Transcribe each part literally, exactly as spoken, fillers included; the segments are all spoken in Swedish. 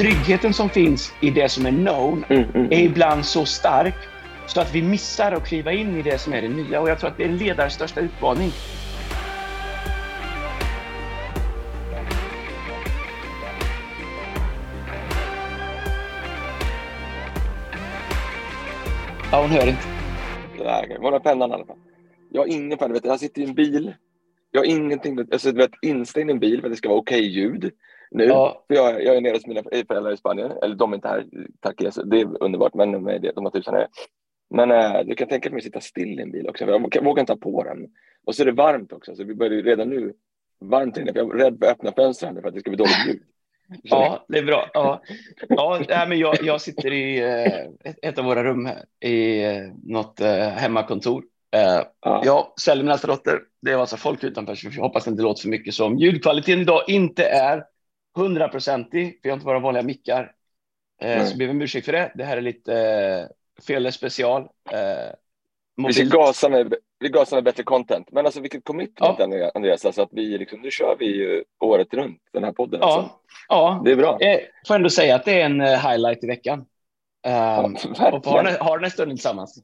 tryggheten som finns i det som är known Mm, mm. är ibland så stark så att vi missar att kliva in i det som är det nya. Och jag tror att det är en ledares största utmaning. Ja, hon hör inte. Nej, var är pennan i alla fall? Jag har ingen penna, vet du, jag sitter i en bil. Jag har ingenting, alltså du vet, instängd i en bil för att det ska vara okej ljud. Nu, Ja. för jag, jag är nere hos mina föräldrar i Spanien. Eller de är inte här, tack Jesus. Det är underbart, men med det, de har tusen här. Men äh, du kan tänka mig att sitta still i en bil också. Jag vågar inte ta på den. Och så är det varmt också, så vi börjar ju redan nu varmt inne. Jag är rädd för att öppna fönstren för att det ska bli dåligt ljud. Ja, det är bra. Ja, ja nej, men jag, jag sitter i eh, ett, ett av våra rum här, i eh, något eh, hemmakontor. Eh, Ja. Jag säljer mina lotter. Det är alltså folk utanför, så jag hoppas det inte låter för mycket. Som ljudkvaliteten idag inte är hundraprocentig, för jag har inte bara vanliga mickar. Eh, Nej. så ber vi om ursäkt för det. Det här är lite eh, fel special. Eh, Vi ska gasa med, vi gasar med bättre content. Men alltså vilket commitment, Ja. Andreas. Alltså att vi liksom, nu kör vi ju året runt den här podden. Ja, Alltså. ja. Det är bra. Jag får ändå säga att det är en eh, highlight i veckan. Um, Ja, och har den, har den en stund tillsammans.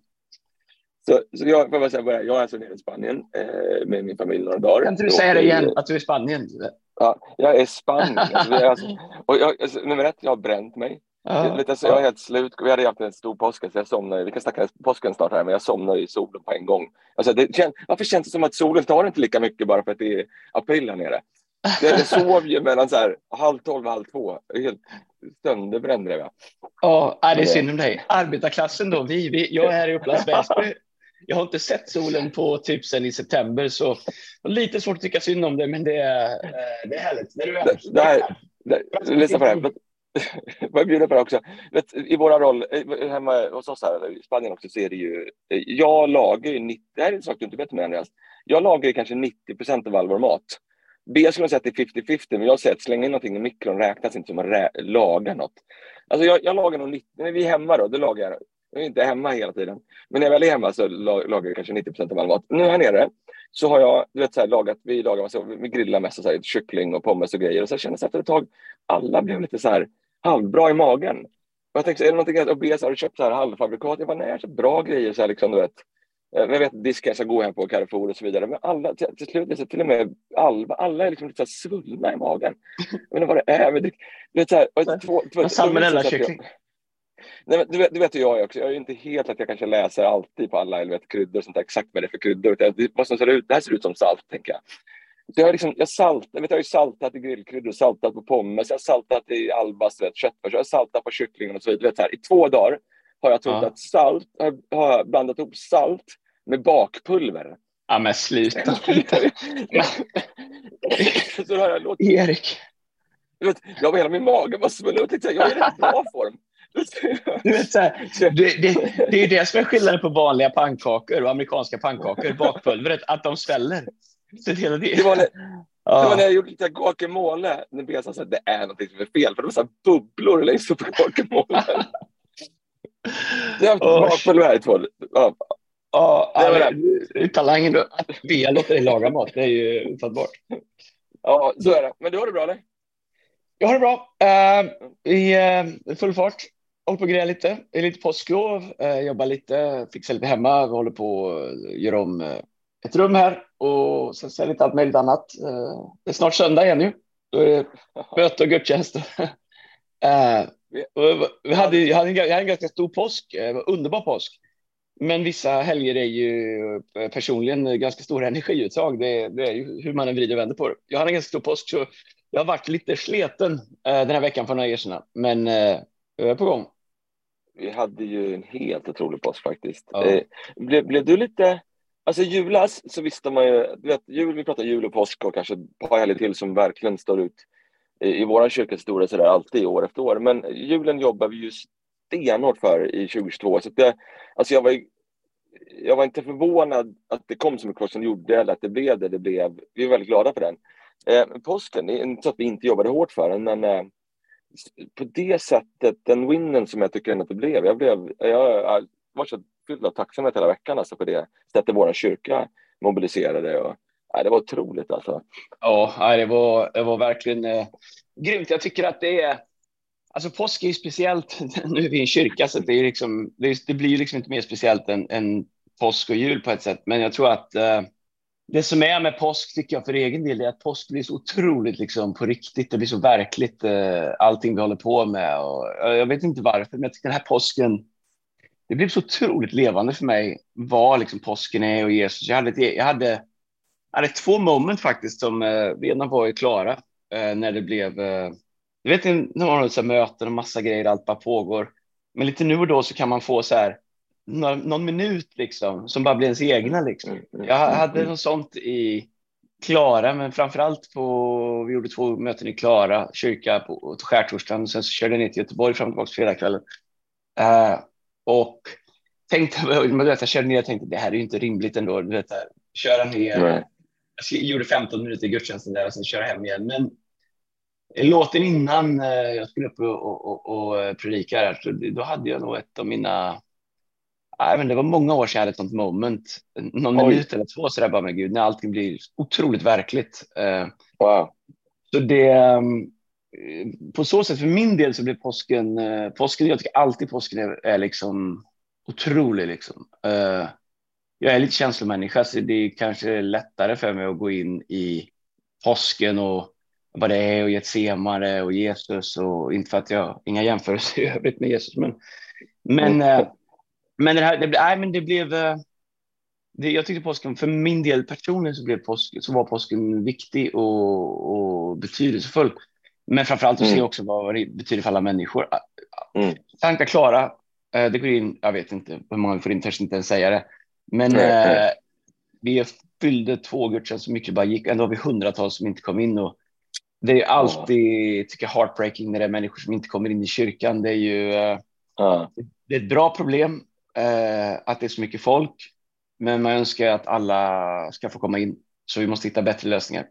Så, så jag får bara säga bara, jag är alltså nere i Spanien eh, med min familj några dagar. Kan inte du säga det igen, att du är i Spanien? Ja, jag är i Spanien. Alltså, vi är alltså, och jag, alltså, nummer ett, jag har bränt mig. Ja, jag, vet, alltså, ja. jag är helt slut. Vi hade haft en stor påsk, så jag somnade. Vi kan snacka påsken snart här, men jag somnade i solen på en gång. Alltså, det, kän, varför känns det som att solen tar inte lika mycket bara för att det är april här nere? Jag, jag sov ju mellan så här, halv tolv och halv två. Helt sönderbränd blev jag. Ja, det är synd om dig. Arbetarklassen då, vi, vi, jag är här i Upplands Väsby. Jag har inte sett solen på typ sen i september, så det är lite svårt att tycka synd om det, men det är, det är härligt. När du är det, det här, det, lyssna på det här. Jag bjuder på det också. Vet, i våra roll hemma hos oss här i Spanien också, så är det ju, jag lagar ju nittio, det här är en sak du inte vet med, Andreas. Jag lagar ju kanske nittio procent av all vår mat. B skulle säga att det är femtio femtio, men jag säger att slänga in någonting i mikron räknas inte som att rä- laga något. Alltså jag, jag lagar nog nittio, när vi är hemma då, då lagar jag, jag är inte hemma hela tiden. Men när jag väl är hemma så lagar jag kanske nittio procent av all mat. Nu här nere så har jag, du vet så här, lagat, vi lagar massa, vi grillar mest så här, kyckling och pommes och grejer. Och så kändes det efter ett tag, alla blev lite så här halvbra i magen. Och jag tänkte, är det någonting att B S har köpt så här halvfabrikat? Jag bara, nej, så bra grejer så här liksom, du vet. Jag vet att disken ska gå hem på Carrefour och så vidare. Men alla, till, till slut, så till och med alla, alla är liksom lite så här svullna i magen. Jag vet inte vad det är. Men det, det är så här, och två, två, salmonella-kyckling. Nej, men du vet, du vet hur jag är också. Jag är inte helt att jag kanske läser alltid på alla eller vet, kryddor och sånt där, exakt vad det är för kryddor. Det, måste se ut, det här ser ut som salt, tänker jag. Så jag har liksom, jag salt, jag vet, jag har ju saltat i grillkryddor, saltat på pommes, jag har saltat i albast, vet, köttfärs, jag har saltat på kycklingen och så vidare. Vet, så här, i två dagar har jag trott Ja. att salt, har, har blandat ihop salt med bakpulver. Ja, men sluta. Så har jag låtit, Erik. du vet, jag var hela min mage var svullen och tänkte, jag är i rätt bra form. Du vet, så här, det, det, det är ju det som är skillnaden på vanliga pannkakor och amerikanska pannkakor, bakpulvret, att de sväller. Så det, det, det, var när, ja. det var när jag gjorde lite guacamole, när B S sa att det är något som är fel, för det var så här bubblor längst upp på guacamole. Jag har haft Oh, bakpulver här i två. Ja, ja, det var ja, det. det. Talangen då. Att B låter dig laga mat, det är ju ofattbart. Ja, så är det. Men du har det bra, eller? Jag har det bra. Uh, I uh, full fart. Håller på att greja lite. Det är lite påsklov. Uh, jobbar lite. Fixar lite hemma. Vi håller på att göra om uh, ett rum här. Och sen så är det lite allt möjligt annat. Uh, det är snart söndag igen nu. Då är det möte och gudstjänst. uh, vi hade, jag, hade en, jag hade en ganska stor påsk. Uh, underbar påsk. Men vissa helger är ju personligen ganska stora energiuttag. Det, det är ju hur man vrider och vänder på det. Jag hade en ganska stor påsk, så jag har varit lite sleten uh, den här veckan, får jag erkänna. Men uh, jag är på gång. Vi hade ju en helt otrolig påsk faktiskt. Ja. Eh, blev, blev du lite... Alltså julas så visste man ju... Du vet, jul, vi pratar jul och påsk och kanske ett par helger till som verkligen står ut i, i våran kyrkas historia sådär alltid år efter år. Men julen jobbar vi ju stenhårt för i tjugohundratjugotvå. Så att det, alltså jag var jag var inte förvånad att det kom så mycket folk som gjorde, eller att det blev det det blev. Vi är väldigt glada för den. Eh, påsken, det är inte så att vi inte jobbade hårt för den, men eh, på det sättet, den winnen som jag tycker att det blev, jag blev, jag, jag var så fylld av tacksamhet hela veckan alltså, på det sättet vår kyrka mobiliserade. Och, nej, det var otroligt alltså. Ja, det var, det var verkligen eh, grymt. Jag tycker att det är Alltså påsk är ju speciellt. Nu är vi i en kyrka, så det, är liksom, det, är, det blir ju liksom inte mer speciellt än, än påsk och jul på ett sätt. Men jag tror att eh, det som är med påsk, tycker jag för egen del, är att påsk blir så otroligt liksom på riktigt. Det blir så verkligt, eh, allting vi håller på med. Och, eh, jag vet inte varför, men jag tycker den här påsken, det blev så otroligt levande för mig vad liksom påsken är och Jesus. Jag hade, ett, jag hade, jag hade två moment faktiskt som eh, redan var ju klara eh, när det blev... Eh, jag vet inte, när man har så här möten och massa grejer, allt bara pågår. Men lite nu och då så kan man få så här någon, någon minut liksom som bara blir ens egna liksom. Jag hade något sånt i Klara, men framförallt på, vi gjorde två möten i Klara kyrka på skärtorsdagen, och sen så körde jag ner till Göteborg fram och tillbaka fredagskvällen. Uh, och tänkte, men vet, jag körde ner och tänkte, det här är ju inte rimligt ändå, du vet, här, köra ner. Nej. Jag gjorde femton minuter i gudstjänsten där och sen köra hem igen, men låten innan uh, jag skulle upp och, och, och, och predika här, så då hade jag nog ett av mina, nej, men det var många år sedan jag hade ett sånt moment, någon Oj. minut eller två så där bara, med Gud, när allting blir otroligt verkligt. Uh, wow. Så det, um, på så sätt för min del så blir påsken, uh, påsken, jag tycker alltid påsken är, är liksom otrolig liksom. Uh, jag är lite känslomänniska, så det är kanske lättare för mig att gå in i påsken och vad det är och Getsemane och Jesus, och inte för att jag inga jämförelser i övrigt med Jesus, men men uh, men det här det blev nej men det blev uh, det, jag tyckte påsken för min del personligen så blev påsken så var påsken viktig och, och betydelsefull, men framförallt att mm. se också vad det betyder för alla människor. Mm. Tankar klara, uh, det går in, jag vet inte hur många får in, törs inte ens säga det, men mm. uh, vi fyllde två gudstjänster så mycket bara gick, ändå har vi hundratals som inte kom in, och det är alltid, tycker jag, heartbreaking när det är människor som inte kommer in i kyrkan. Det är ju uh, uh. det är ett bra problem uh, att det är så mycket folk, men man önskar att alla ska få komma in, så vi måste hitta bättre lösningar.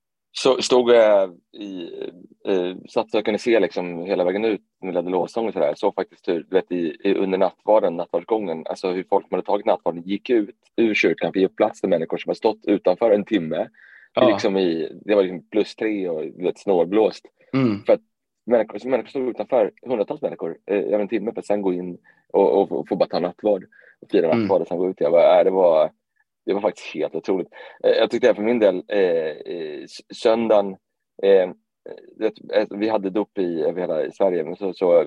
Så stod jag i uh, satt jag kunde se liksom hela vägen ut när vi ledde lovsång och sådär, så faktiskt hur, du vet, i, i, under nattvarden, nattvardsgången, alltså hur folk som hade tagit nattvarden gick ut ur kyrkan för att ge plats till människor som har stått utanför en timme. Ja. Liksom i, det var liksom plus tre och vet, snårblåst. Mm. För att människor, så människor stod utanför, hundratals människor, eh, en timme för att sen gå in och, och, och få bara ta nattvard och fira nattvard mm. och sen gå ut. Jag bara, äh, det, var, det var faktiskt helt otroligt. Eh, jag tyckte för min del, eh, söndagen, eh, det, vi hade dop i över hela Sverige, men så, så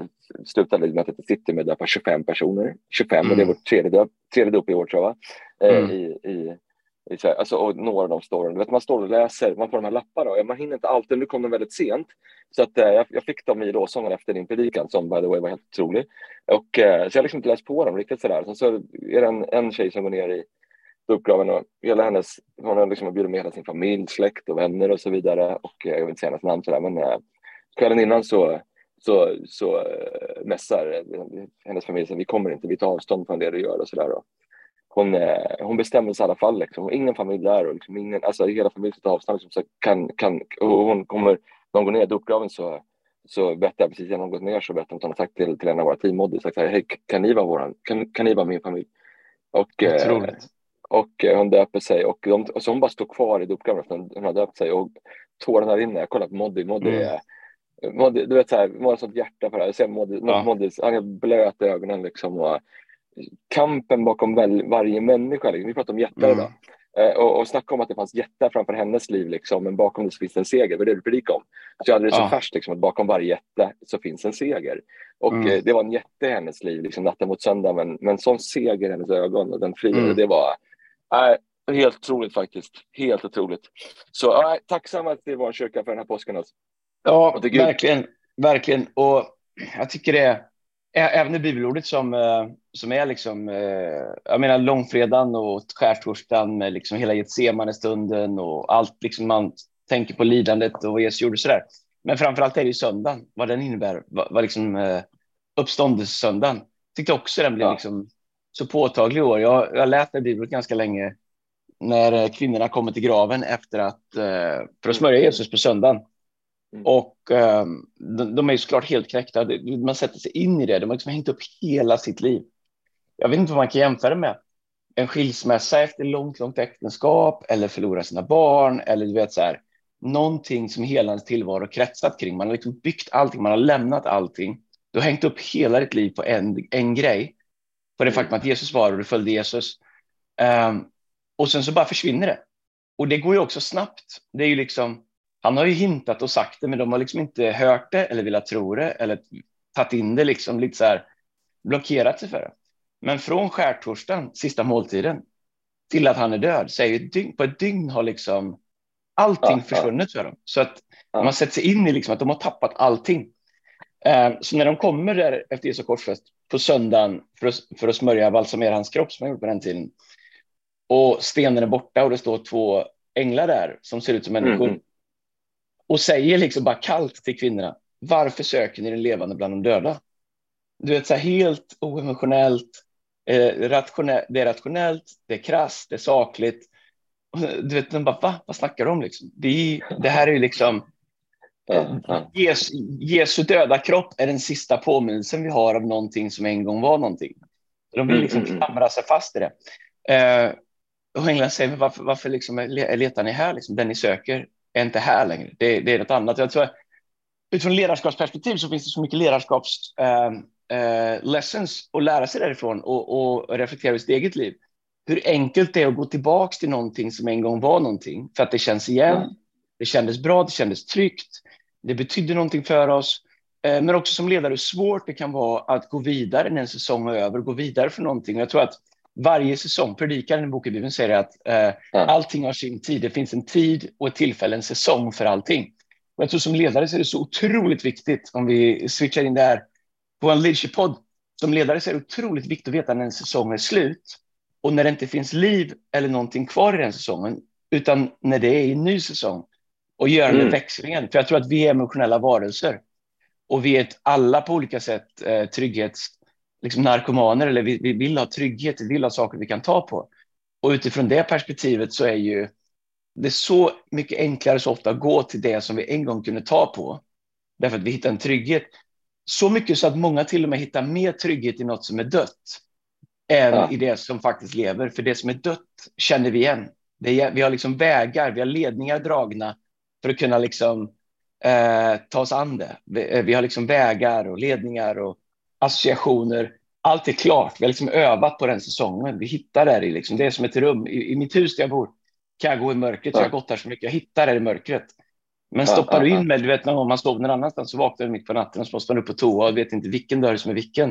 slutade mötet i City med döpa tjugofem personer. tjugofem, mm. och det är vårt tredje dop, tredje dop i år, tror jag, eh, mm. i, i Alltså, och några av de står, du vet, man står och läser, man får de här lapparna och man hinner inte alltid, nu kom de väldigt sent, så att eh, jag, jag fick dem i lovsången efter din predikan som by the way var helt otrolig, och eh, så jag liksom inte läst på dem riktigt sådär. Sen så är det en, en tjej som går ner i uppgraven och hela hennes, hon har liksom bjudit med hela sin familj, släkt och vänner och så vidare, och eh, jag vill inte säga hennes namn sådär, men eh, kvällen innan så så, så eh, mässar eh, hennes familj, så vi kommer inte, vi tar avstånd från det du gör och sådär. Hon, eh, hon bestämmer sig i alla fall liksom. Ingen familj där och liksom ingen, alltså hela familjen tar avstånd liksom, så kan, kan, och hon kommer, när hon går ner i dopgraven så, så berättar jag precis innan hon gått ner, så berättar hon att hon har sagt till, till en av våra teammodder, sagt hej, kan ni vara våran, kan, kan ni vara min familj? Och, eh, och eh, hon döper sig och, de, och så hon bara står kvar i dopgraven för hon, hon har döpt sig, och tårarna där inne, jag kollar på Moddy, Moddy mm. är Moddy, du vet såhär, man har sånt hjärta för det här, jag ser Moddy, ja. Moddy, han är blöt i ögonen liksom, och kampen bakom väl, varje människa liksom. Vi pratar om jättar mm. idag eh, och, och snacka om att det fanns jättar framför hennes liv liksom, men bakom det så finns en seger, det är det du predikar om. Så jag hade det så ja. färskt liksom, att bakom varje jätte så finns en seger, och mm. eh, det var en jätte i hennes liv liksom, natten mot söndag, men, men sån seger i hennes ögon, och den friade, mm. det var äh, helt otroligt faktiskt, helt otroligt. Så äh, tacksam att det var en kyrka för den här påsken alltså. Ja, verkligen, verkligen, och jag tycker det är även det bibelordet som, som är liksom, jag menar långfredagen och skärtorsdagen med liksom hela Getsemane-stunden och allt liksom, man tänker på lidandet och vad Jesus gjorde sådär. Men framförallt är det ju söndagen, vad den innebär, vad, vad liksom uppståndelsesöndagen. Tyckte också den blev ja. liksom så påtaglig i år. Jag, jag läst det bibelordet ganska länge när kvinnorna kommer till graven efter att, för att smörja Jesus på söndagen. Mm. Och um, de, de är ju såklart helt knäckta. Man sätter sig in i det. De har liksom hängt upp hela sitt liv. Jag vet inte vad man kan jämföra med. En skilsmässa efter långt, långt äktenskap, eller förlora sina barn, eller du vet så här, någonting som hela ens tillvaro kretsat kring. Man har liksom byggt allting, man har lämnat allting. Du har hängt upp hela ditt liv på en, en grej. På det faktum att Jesus var och du följde Jesus. Um, och sen så bara försvinner det. Och det går ju också snabbt. Det är ju liksom, han har ju hintat och sagt det, men de har liksom inte hört det eller velat tro det eller tagit in det liksom lite så här, blockerat sig för det. Men från skärtorsdagen, sista måltiden, till att han är död, så är ju ett dygn, på ett dygn har liksom allting Ja, försvunnit för dem. Så att Ja. man sätter sig in i liksom att de har tappat allting. Eh, så när de kommer där efter Jesu korsfäst på söndagen för att, för att smörja balsamera hans kropp som jag gjorde på den tiden. Och stenen är borta och det står två änglar där som ser ut som människor. Mm, mm. Och säger liksom bara kallt till kvinnorna: varför söker ni den levande bland de döda? Du vet, så här helt oemotionellt, eh, rationellt, det är rationellt, det är krasst, det är sakligt. Och du vet, de bara, va? Vad snackar de om liksom? Det, är, det här är ju liksom Ja, ja. Jesu, Jesu döda kropp är den sista påminnelsen vi har av någonting som en gång var någonting. De vill liksom Mm, mm, klamra sig fast i det. Eh, och England säger, men varför, varför liksom letar ni här? Liksom, den ni söker är inte här längre. Det, det är något annat. Jag tror, utifrån ledarskapsperspektiv så finns det så mycket ledarskaps eh, eh, lessons att lära sig därifrån och, och reflektera i sitt eget liv. Hur enkelt det är att gå tillbaka till någonting som en gång var någonting. För att det känns igen. Mm. Det kändes bra, det kändes tryggt. Det betydde någonting för oss. Eh, men också som ledare hur svårt det kan vara att gå vidare när en säsong är över. Gå vidare för någonting. Och jag tror att varje säsong, predikaren i boken Bibeln säger att eh, Ja. allting har sin tid. Det finns en tid och ett tillfälle, en säsong för allting. Och jag tror som ledare så är det så otroligt viktigt, om vi switchar in där på en leadership-podd. Som ledare så är det otroligt viktigt att veta när en säsong är slut. Och när det inte finns liv eller någonting kvar i den säsongen. Utan när det är en ny säsong. Och göra den Mm. växlingen. För jag tror att vi är emotionella varelser. Och vi är alla på olika sätt eh, trygghets, liksom narkomaner. Eller vi, vi vill ha trygghet, vi vill ha saker vi kan ta på. Och utifrån det perspektivet så är ju det är så mycket enklare så ofta att gå till det som vi en gång kunde ta på. Därför att vi hittar en trygghet. Så mycket så att många till och med hittar mer trygghet i något som är dött. Än Ja. i det som faktiskt lever. För det som är dött känner vi igen. Det är, vi har liksom vägar, vi har ledningar dragna för att kunna liksom, eh, ta oss an det. Vi, vi har liksom vägar och ledningar och associationer. Allt är klart. Vi har liksom övat på den säsongen. Vi hittar där i liksom, det är som ett rum. I, i mitt hus där jag bor kan jag gå i mörkret. Ja. Jag har gått där så mycket. Jag hittar det i mörkret. Men Ja, stoppar ja, du ja. in med, du vet när man står någon annanstans så vaknar du mitt på natten och så måste man upp på toa och vet inte vilken dörr som är vilken.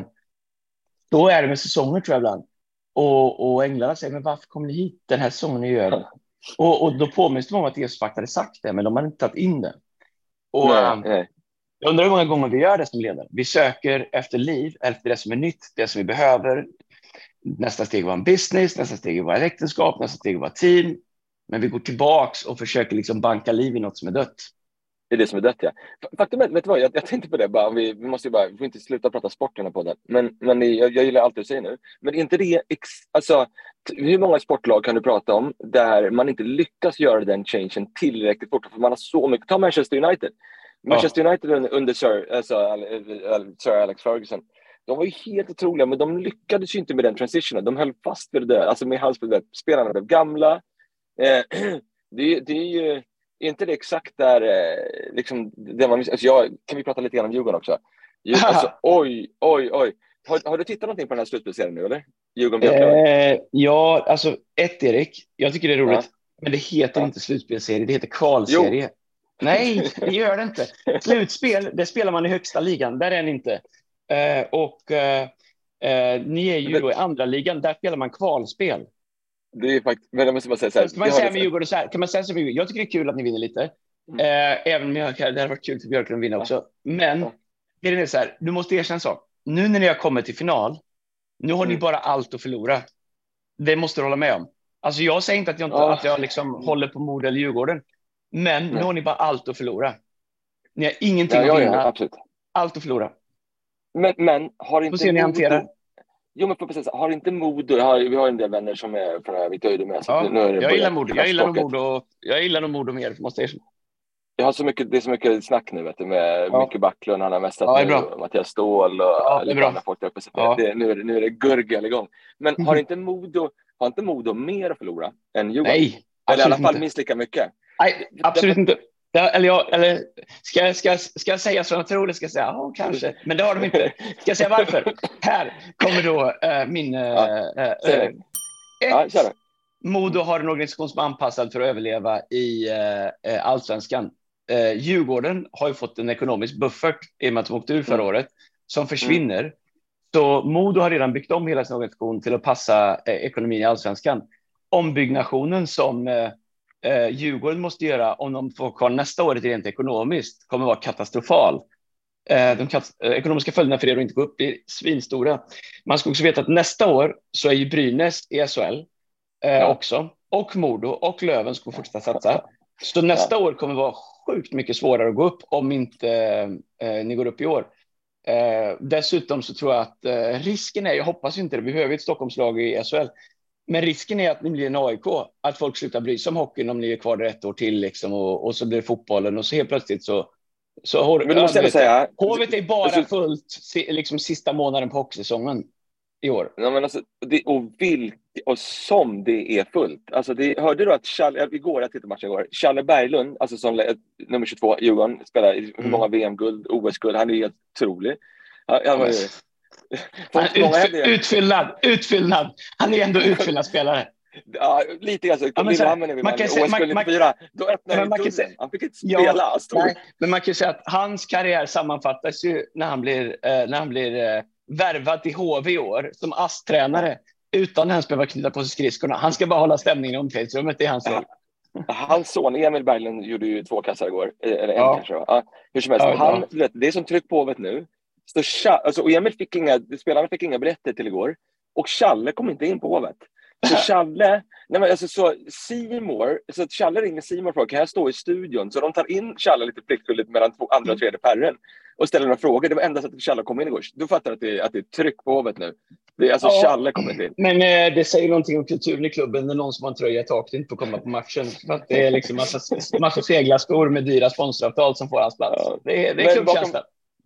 Då är det med säsonger tror jag ibland. Och, och änglarna säger, men varför kommer ni hit? Den här säsongen är ju över. Och, och då påminns de om att Jesus faktiskt hade sagt det, men de har inte tagit in det. Och Nej, um, nej. jag undrar hur många gånger vi gör det som ledare. Vi söker efter liv, efter det som är nytt, det som vi behöver. Nästa steg var en business, nästa steg var ett äktenskap, nästa steg var team. Men vi går tillbaks och försöker liksom banka liv i något som är dött. Det är det som är dött, ja. Faktum är, vet du vad, jag, jag tänkte på det bara, vi, vi måste ju bara, vi får inte sluta prata sport på den. Men, men jag, jag gillar allt du säger nu. Men inte det, ex, alltså, hur många sportlag kan du prata om där man inte lyckas göra den changen tillräckligt fort? För man har så mycket, ta Manchester United. Manchester ja. United under, under Sir, alltså, Sir Alex Ferguson. De var ju helt otroliga, men de lyckades ju inte med den transitionen. De höll fast vid det där. Alltså med halsband, spelarna blev gamla. Eh, det, det är ju inte det exakt där eh, liksom, det man, alltså jag, kan vi prata lite grann om Djurgården också? Djurgården, alltså, oj, oj, oj. Har, har du tittat någonting på den här slutspelsserien nu, eller? Djurgården eh, Ja, alltså ett Erik, jag tycker det är roligt. Ja. Men det heter ja. inte slutspelserie, det heter kvalserie. Jo. Nej, det gör det inte. Slutspel, det spelar man i högsta ligan, där är den inte. Eh, och eh, eh, ni är ju men, då i andra ligan, där spelar man kvalspel. Det är faktiskt, men jag måste bara säga så här. Kan man säga med Djurgården så här, kan man säga så här, jag tycker det är kul att ni vinner lite. Mm. Eh, även om jag, det hade varit kul för Björklund att vinna också. Men ja. det är så här, du måste erkänna en sak. Nu när ni har kommit till final, nu har mm. ni bara allt att förlora. Det måste du hålla med om. Alltså jag säger inte att jag, inte, oh. att jag liksom håller på Modo eller Djurgården. Men mm. nu har ni bara allt att förlora. Ni har ingenting ja, att vinna. Ja, ja, allt att förlora. Men, men har inte... Får se ni hanterar. Jo, men precis. Har inte Modo... Har, vi har en del vänner som är från Övik Öjde med. Ja, nu är det jag gillar Modo. Jag gillar nog Modo. Jag gillar nog Modo mer, måste jag erkänna. Jag har så mycket, det är så mycket snack nu, vet du, med ja. Micke Backlund, han har mästat ja, med Mattias Ståhl och ja, lite andra folk där uppe. Så ja. det, nu, är det, nu är det gurgel igång. Men mm. har inte Modo har inte Modo mer att förlora än Johan? Nej, eller i alla fall minst lika mycket? Nej, absolut Därför, inte. Ja, eller jag, eller ska, jag- ska, jag- ska jag säga som jag tror, eller ska jag säga, ja, kanske, men det har de inte. Ska jag säga varför? Här kommer då äh, min... Äh, Ja, äh, säg det. ett, Ja, kör då. Modo har en organisation som är anpassad för att överleva i äh, allsvenskan. Äh, Djurgården har ju fått en ekonomisk buffert i och med att de åkte ur förra Mm. året, som försvinner. Så Modo har redan byggt om hela sin organisation till att passa äh, ekonomin i allsvenskan. Ombyggnationen som äh, eh, Djurgården måste göra om de får kvar nästa år rent ekonomiskt kommer vara katastrofal. Eh, de kat- eh, ekonomiska följderna för det att inte gå upp är svinstora. Man ska också veta att nästa år så är ju Brynäs i S H L eh, Ja. också, och Modo och Löven ska fortsätta satsa. Så nästa Ja. år kommer vara sjukt mycket svårare att gå upp om inte eh, ni går upp i år. Eh, dessutom så tror jag att eh, risken är, jag hoppas inte det, vi behöver ett Stockholmslag i S H L. Men risken är att ni blir en A I K, att folk slutar bry sig om hockeyn om ni är kvar där ett år till liksom, och, och så blir det fotbollen och så helt plötsligt så så har, Men du måste ändå säga, Hovet är bara alltså, fullt liksom sista månaden på hockeysäsongen i år. Ja, men alltså, det, och, vilk, och som det är fullt. Alltså det, hörde du att Challe, igår, jag tittade matchen igår, Challe Berglund, alltså som nummer tjugotvå, Djurgården, spelar i hur många V M-guld, O S-guld, han är helt otrolig. Han, han var ju... Han utfy, utfyllnad, utfyllnad. Han är ändå utfyllnadsspelare. Ja, lite grann så. Ja, Lillehammer när vi vann O S-guld nittiofyra. Då öppnade han dörren. Han fick inte spela. Ja, nej, men man kan säga att hans karriär sammanfattas ju när han blir, eh, när han blir eh, värvad till H V i år som A S S-tränare utan ens behöva knyta på sig skridskorna. Han ska bara hålla stämningen i omklädningsrummet, det är hans roll. Hans son Emil Berglund gjorde ju två kassar igår. Eller en ja. kanske. Ja, hur som helst. Ja, han, vet, det är som tryck på Hovet nu. Så, alltså, och Emil fick inga, spelarna fick inga biljetter till igår. Och Challe kom inte in på Hovet. Så Challe, nej men alltså så Seymour, så att Challe ringer Seymour för kan jag stå i studion, så de tar in Challe lite pliktskyldigt mellan två andra och tredje pärren och ställer några frågor. Det var enda sättet Challe kom in igår. Du fattar att det, att det är tryck på Hovet nu. Det är alltså ja, Challe kommer in. Men eh, det säger någonting om kulturen i klubben när någon som har en tröja i taket inte får komma på matchen. För att det är liksom massa, massa seglarskor med dyra sponsoravtal som får hans plats. Ja. Det är, det är klubbkänsla.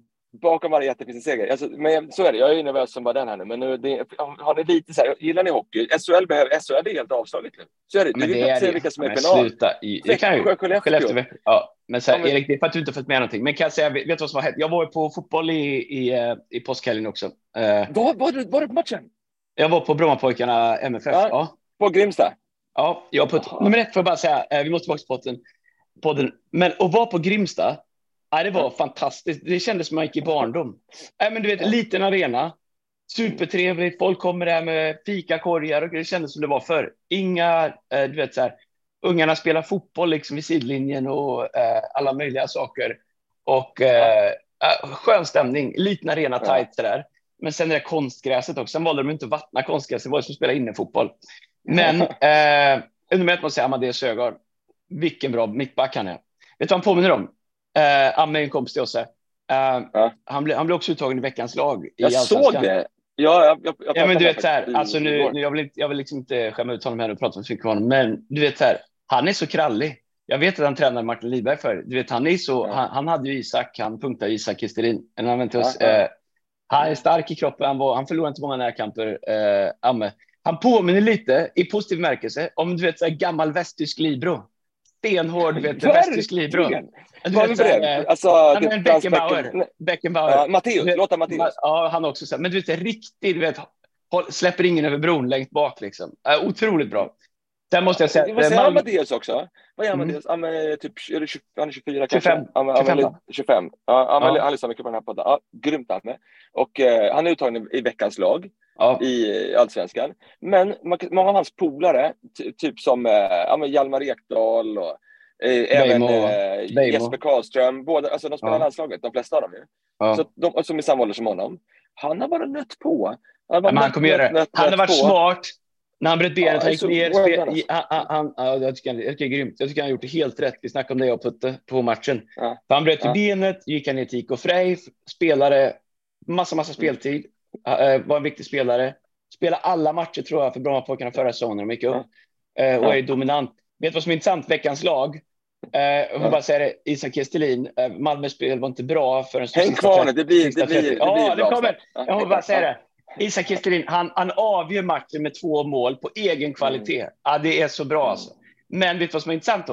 Bakom varje jätte finns en seger. Alltså, men så är det. Jag är ju nervös som bara den här nu. Men nu, det, har ni lite så här, gillar ni hockey? S H L behöver, S H L är helt avslaget nu. Så är det. Men du det är se det. vilka som är men final. Sluta. I, det kan ju. Skellefteå. Ja, men så här, ja, men... Erik, det är för att du inte fått med någonting. Men kan jag säga, vet du vad som har hänt? Jag var ju på fotboll i, i, i påskhelgen också. Uh, var, var, du, var du på matchen? Jag var på Brommapojkarna M F F. Ja, ja. På Grimsta? Ja, jag på ett, nummer ett får jag bara säga. Uh, vi måste tillbaka på podden. podden. Men att vara på Grimsta, ja, det var fantastiskt. Det kändes som man gick i barndom. Äh, men du vet, en liten arena. Supertrevligt. Folk kommer där med fikakorgar och det kändes som det var förr. Inga, äh, du vet så här, ungarna spelar fotboll liksom vid sidlinjen och äh, alla möjliga saker. Och äh, äh, skön stämning. Liten arena, tajt sådär. Men sen är det konstgräset också. Sen valde de inte att vattna konstgräset. Det var ju som att spela innefotboll. Men äh, under med att man säger Amadeus Sögaard. Vilken bra mittback han är. Vet du vad han påminner om? Uh, Amme är en kompis till oss. Uh, ja. han, blev, han blev också uttagen i veckans lag. I jag såg det. Ja, jag, jag, jag ja men du vet så här, alltså nu, nu, jag, vill inte, jag vill liksom inte skämma ut honom här och prata så mycket med honom. Men du vet så här, han är så krallig. Jag vet att han tränar Martin Lidberg för. Du vet, han är så, ja. han, han hade ju Isak, han punktade Isak Kristelin. Ja, ja. uh, han är stark i kroppen, han, var, han förlorar inte många närkamper. Uh, Amme. Han påminner lite, i positiv märkelse, om du vet så här, gammal västtysk libero. Stenhård, vet du, västtysk libero. Vad är det? Alltså, ja, men Beckenbauer. Beckenbauer. Ja, Matteus, låta Matteus. Ja, han också så. Men du vet, riktigt, du vet, släpper ingen över bron längst bak liksom. Äh, otroligt bra. Där måste jag säga. Vad säger Matteus också? Vad gör Matteus? Han är typ han är tjugofyra tjugofem. kanske. tjugofem. tjugofem. Ja, han ja. lyssnar mycket på den här podden. Ja, grymt han med. Och eh, han är uttagen i veckans lag. Ja. I Allsvenskan. Men många av hans polare, typ som eh, Hjalmar Ekdal och eh, även eh, Jesper Karlström, båda, alltså de spelar ja. landslaget, de flesta av dem ju. Ja. Så de, som är samma ålder som honom. Han har bara nött på. Han, bara ja, nött, han, nött, nött, nött, han har varit på. Smart. När han bröt benet, ja, han gick ner. Spel, han, han, han, jag, tycker han, jag tycker det är grymt. Jag tycker han har gjort det helt rätt. Vi snackade om det jag Putte på matchen. Ja. Han bröt ja. benet, gick han ner till Iko Frej, spelare, massa, massa speltid. Uh, var en viktig spelare. Spelar alla matcher tror jag för Brommapojkarna förra säsongen. De gick upp. Uh, och är dominant. Vet du vad som är intressant? Veckans lag. Uh, jag vill bara säga det. Isak Kristelin. Uh, Malmös spel var inte bra förrän Häng kvar nu. Det blir, det blir, det blir ja, det kommer. Jag vill bara säga det. Isak Kristelin, han, han avgör matchen med två mål på egen kvalitet. Mm. Ja, det är så bra alltså. Men vet du vad som är intressant då?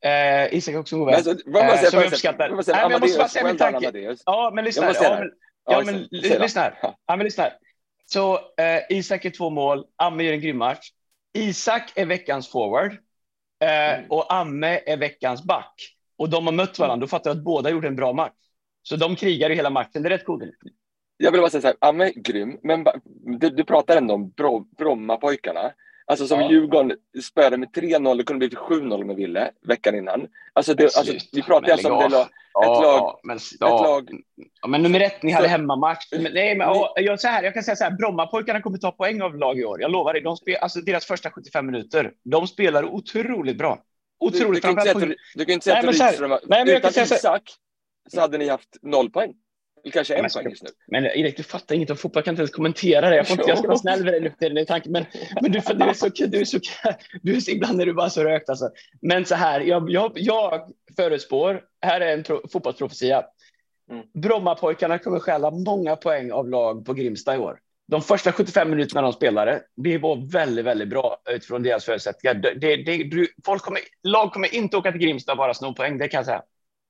Uh, Isak är också en god Men vän. så, vad man Uh, säger, som jag vad uppskattar. man säger, Nej, men jag måste bara Amadeus, säga min well done, tanke. Amadeus. Ja, men lyssna Jag här. måste säga Ja, det. men, Ja, ja, men säg då. lyssna här. Ja, men lyssna här. Så uh, Isak är två mål. Amme gör en grym match. Isak är veckans forward. Uh, Mm. Och Amme är veckans back. Och de har mött varandra. Då fattar jag att båda gjorde en bra match. Så de krigar i hela matchen. Det är rätt coolt. Jag vill bara säga så här, Amme är grym, men ba- du, du pratar ändå om Bro, Brommapojkarna. Alltså som Ja. Djurgården spelade med tre noll, det kunde bli sju noll med Ville veckan innan. Alltså, det, Men alltså sluta, vi pratar men alltså om lägg det, av. ett Ja, lag, ja, men, ett ja. lag. Ja, men nummer ett, ni Så- hade hemmamatch. Men, nej, men, Ni- ja, jag, så här, jag kan säga så här, Brommapojkarna kommer ta poäng av lag i år. Jag lovar dig. De spel, alltså, deras första sjuttiofem minuter, de spelar otroligt bra. Du, du Otroligt. kan inte säga att framförallt du, du kan inte säga Nej, att men så här- Rydström, nej, men jag utan kan säga så här- Isak så hade ni haft noll poäng. Eller kanske en Men- poäng just nu. Men Erik, du fattar inget om fotboll. Jag kan inte ens kommentera det. Jag, får inte, jag ska vara snäll med dig nu för den tanken. Men, men du, du är så du är så du är så, ibland är du bara så rökt alltså. Men så här, jag, jag, jag förutspår, här är en pro, fotbollsprofetia. Mm. Brommapojkarna kommer stjäla många poäng av lag på Grimsta i år. De första sjuttiofem minuterna de spelade, det var väldigt, väldigt bra utifrån deras förutsättningar. Det, det, det, folk kommer, lag kommer inte åka till Grimsta och bara sno poäng, det kan jag säga.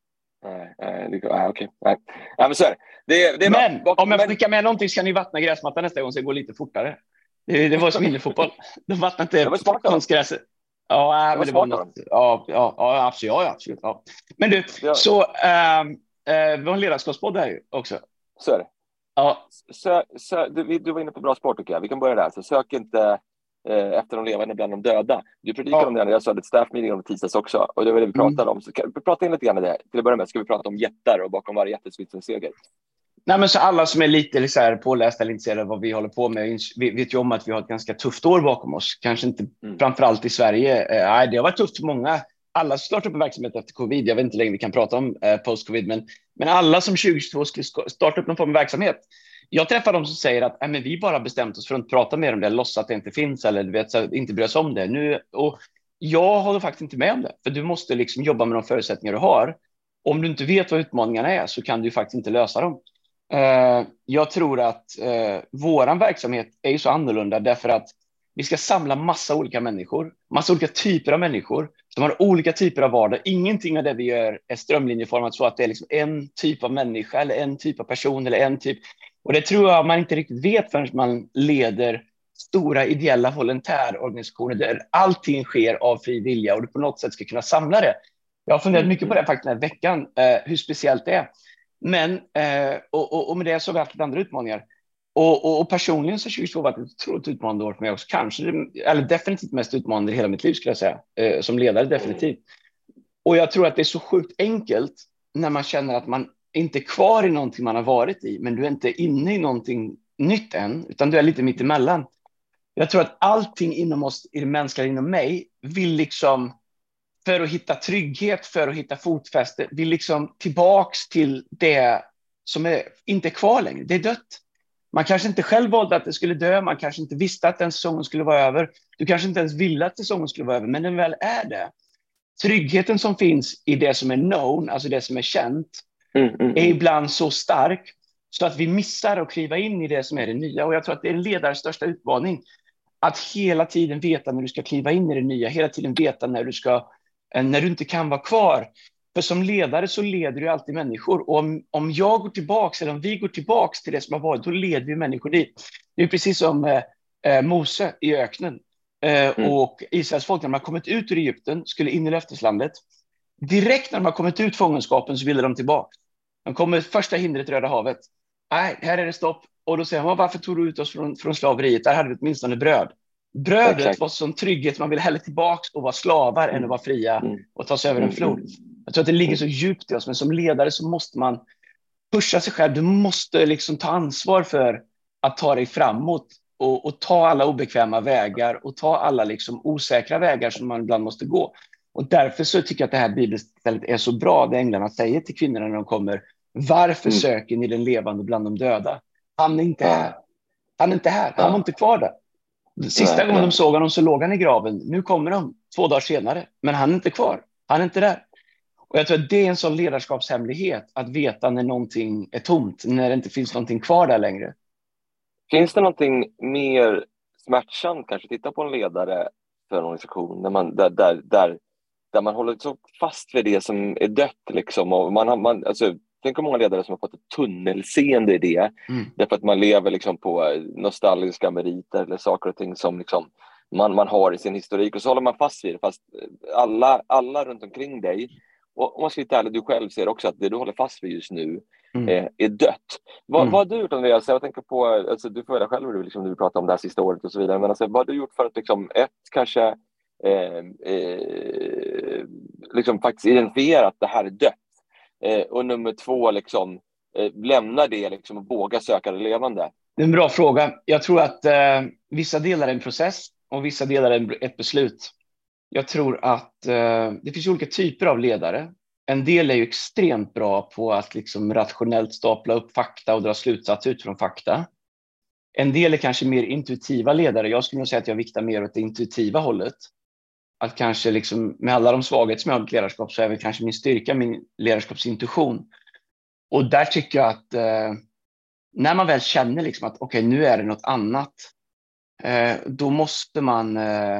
Nej, nej, det, nej okej. Nej. Nej, men så är det. Det, det är Men bra. om jag får Men- skicka med någonting ska ni vattna gräsmattan nästa gång så det går lite fortare. Det, det var som innefotboll. De vattnar inte Det var smart av dem. konstgräset. Ja, Det men var det var smart av något. Ja, ja, ja, absolut. Ja, absolut ja. Men du, Ja. så ähm, äh, vi har en ledarskapspodd här ju också. Så är det. Ja, Sö, sö, du, du var inne på bra sport tycker jag. Vi kan börja där. Så sök inte eh, efter de levande bland de döda. Du predikade Ja. om det när jag sa ett staff meeting om tisdags också. Och det var det vi pratade Mm. om. Så kan, prata in lite grann om det. Till att börja med ska vi prata om jättar och bakom varje jätte finns en seger. nej, men så alla som är lite så här pålästa eller intresserade av vad vi håller på med, vi vet ju om att vi har ett ganska tufft år bakom oss. Kanske inte Mm. framförallt i Sverige. Eh, Nej, det har varit tufft för många. Alla startar upp en verksamhet efter covid. Jag vet inte hur länge vi kan prata om eh, post-covid, men, men alla som tjugohundratjugotvå skulle sk- starta upp någon form av verksamhet. Jag träffar de som säger att äh, men vi bara bestämt oss för att inte prata mer om det, låtsas att det inte finns eller du vet, så inte bry oss om det. Nu, och jag håller faktiskt inte med om det, för du måste liksom jobba med de förutsättningar du har. Om du inte vet vad utmaningarna är så kan du faktiskt inte lösa dem. Uh, jag tror att uh, våran verksamhet är ju så annorlunda därför att vi ska samla massa olika människor, massa olika typer av människor som har olika typer av vardag. Ingenting av det vi gör är strömlinjeformat så att det är liksom en typ av människa eller en typ av person eller en typ. Och det tror jag man inte riktigt vet förrän man leder stora ideella volontärorganisationer där allting sker av fri vilja och du på något sätt ska kunna samla det. Jag har funderat mycket på det faktiskt den här veckan, uh, hur speciellt det är. Men, eh, och, och, och med det så har vi haft andra utmaningar. Och, och, och personligen så har tjugohundratjugotvå varit ett otroligt utmanande år för mig också. Kanske, eller definitivt mest utmanande i hela mitt liv skulle jag säga. Eh, som ledare definitivt. Och jag tror att det är så sjukt enkelt när man känner att man inte är kvar i någonting man har varit i. Men du är inte inne i någonting nytt än. Utan du är lite mitt emellan. Jag tror att allting inom oss, i det mänskliga inom mig, vill liksom... för att hitta trygghet, för att hitta fotfäste, vill liksom tillbaks till det som är, inte är kvar längre. Det är dött. Man kanske inte själv valde att det skulle dö, man kanske inte visste att den säsongen skulle vara över. Du kanske inte ens ville att säsongen skulle vara över, men den väl är det. Tryggheten som finns i det som är known, alltså det som är känt, Mm, mm, är mm. ibland så stark så att vi missar att kliva in i det som är det nya. Och jag tror att det är en ledares största utmaning. Att hela tiden veta när du ska kliva in i det nya, hela tiden veta när du ska när du inte kan vara kvar. För som ledare så leder du alltid människor. Och om, om jag går tillbaks eller om vi går tillbaks till det som har varit, då leder vi människor dit. Det är precis som eh, Mose i öknen. Eh, Mm. Och Israels folk, när de har kommit ut ur Egypten, skulle in i löfteslandet. Direkt när de har kommit ut fångenskapen så ville de tillbaka. De kommer första hindret, Röda havet. Nej, här är det stopp. Och då säger man, varför tog du ut oss från, från slaveriet? Där hade vi åtminstone bröd. Brödet Exakt. var sån trygghet, man vill hellre tillbaka och vara slavar mm. än att vara fria Mm. och ta sig över en Mm. flod. Jag tror att det ligger så djupt i oss, men som ledare så måste man pusha sig själv. Du måste liksom ta ansvar för att ta dig framåt och, och ta alla obekväma vägar och ta alla liksom osäkra vägar som man ibland måste gå. Och därför så tycker jag att det här bibelstället är så bra, det änglarna säger till kvinnorna när de kommer. Varför Mm. söker ni den levande bland de döda? Han är inte här. Han är inte här. Han var inte kvar där. Sista Nej, gången nej. de såg honom så låg han i graven. Nu kommer de två dagar senare. Men han är inte kvar. Han är inte där. Och jag tror att det är en sån ledarskapshemlighet. Att veta när någonting är tomt. När det inte finns någonting kvar där längre. Finns det någonting mer smärtsamt kanske titta på en ledare för en organisation där, man, där, där, där där man håller så fast vid det som är dött liksom. Och man har, man, alltså, tänk om många ledare som har fått ett tunnelseende i det. Mm. Därför att man lever liksom på nostalgiska meriter eller saker och ting som liksom man, man har i sin historik. Och så håller man fast vid det. Fast alla, alla runt omkring dig, och om man ska vara ärlig, du själv ser också att det du håller fast vid just nu Mm. är, är dött. Vad, Mm. vad har du gjort, Andreas? Jag tänker på, alltså, du får välja själv hur du, liksom, du pratar om det här sista året och så vidare. Men alltså, vad har du gjort för att liksom, ett, kanske eh, eh, liksom faktiskt identifiera att det här är dött? Eh, och nummer två, liksom, eh, lämna det liksom, och våga söka det levande? Det är en bra fråga. Jag tror att eh, vissa delar är en process och vissa delar är ett beslut. Jag tror att eh, det finns olika typer av ledare. En del är ju extremt bra på att liksom rationellt stapla upp fakta och dra slutsatser utifrån fakta. En del är kanske mer intuitiva ledare. Jag skulle nog säga att jag viktar mer åt det intuitiva hållet. Att kanske liksom, med alla de svagheter som jag har i ledarskap, så är väl kanske min styrka min ledarskapsintuition. Och där tycker jag att eh, när man väl känner liksom att okej, okay, nu är det något annat, eh, då måste man... Eh,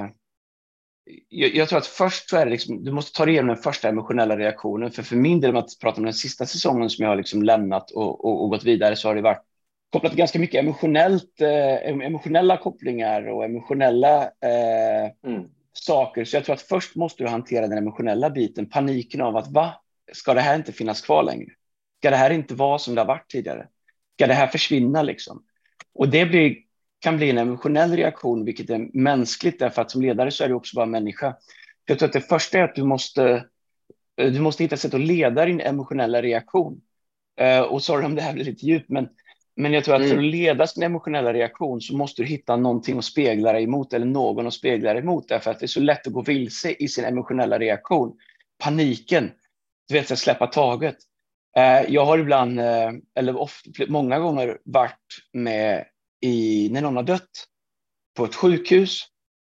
jag, jag tror att först så är det liksom, du måste ta dig igenom den första emotionella reaktionen. För för min del, om att prata om den sista säsongen som jag har liksom lämnat och, och, och gått vidare, så har det varit kopplat ganska mycket emotionellt, eh, emotionella kopplingar och emotionella eh, mm. saker. Så jag tror att först måste du hantera den emotionella biten, paniken av att va? Ska det här inte finnas kvar längre? Ska det här inte vara som det har varit tidigare? Ska det här försvinna liksom? Och det blir, kan bli en emotionell reaktion, vilket är mänskligt, därför att som ledare så är du också bara människa. Jag tror att det första är att du måste, du måste hitta sätt att leda din emotionella reaktion. Uh, och sorry om det här blir lite djupt, men, men jag tror att mm. för att leda sin emotionella reaktion så måste du hitta någonting att spegla dig emot, eller någon att spegla dig emot, därför att det är så lätt att gå vilse i sin emotionella reaktion. Paniken, du vet, att släppa taget. Uh, jag har ibland, uh, eller ofta, många gånger varit med i, när någon har dött på ett sjukhus,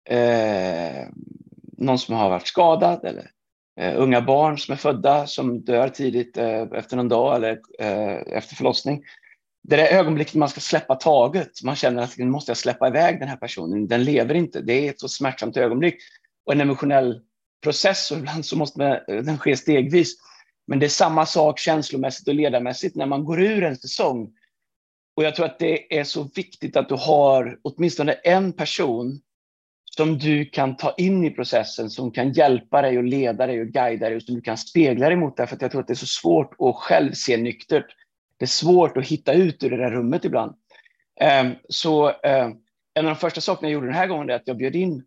uh, någon som har varit skadad, eller Uh, unga barn som är födda som dör tidigt uh, efter någon dag eller uh, efter förlossning. Det är ögonblicket man ska släppa taget. Man känner att nu måste jag släppa iväg den här personen. Den lever inte. Det är ett så smärtsamt ögonblick. Och en emotionell process, och ibland så måste man, den ske stegvis. Men det är samma sak känslomässigt och ledarmässigt när man går ur en säsong. Och jag tror att det är så viktigt att du har åtminstone en person som du kan ta in i processen, som kan hjälpa dig och leda dig och guida dig, och som du kan spegla dig mot. Därför att jag tror att det är så svårt att själv se nyktert. Det är svårt att hitta ut ur det där rummet ibland. Um, så um, en av de första sakerna jag gjorde den här gången är att jag bjöd in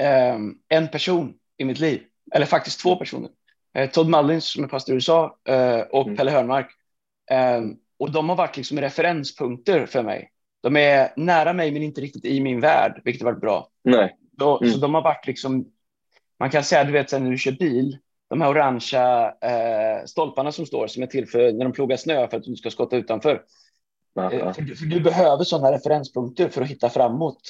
um, en person i mitt liv. Eller faktiskt två personer. Uh, Todd Mullins som är pastor i U S A uh, och mm. Pelle Hörnmark. Um, och de har varit liksom referenspunkter för mig. De är nära mig men inte riktigt i min värld, vilket har varit bra. Nej. Så, mm. så de har varit liksom, man kan säga, du vet, när du kör bil, de här orangea eh, stolparna som står, som är till för när de plogar snö för att du ska skotta utanför. Eh, för, för du behöver sådana referenspunkter för att hitta framåt.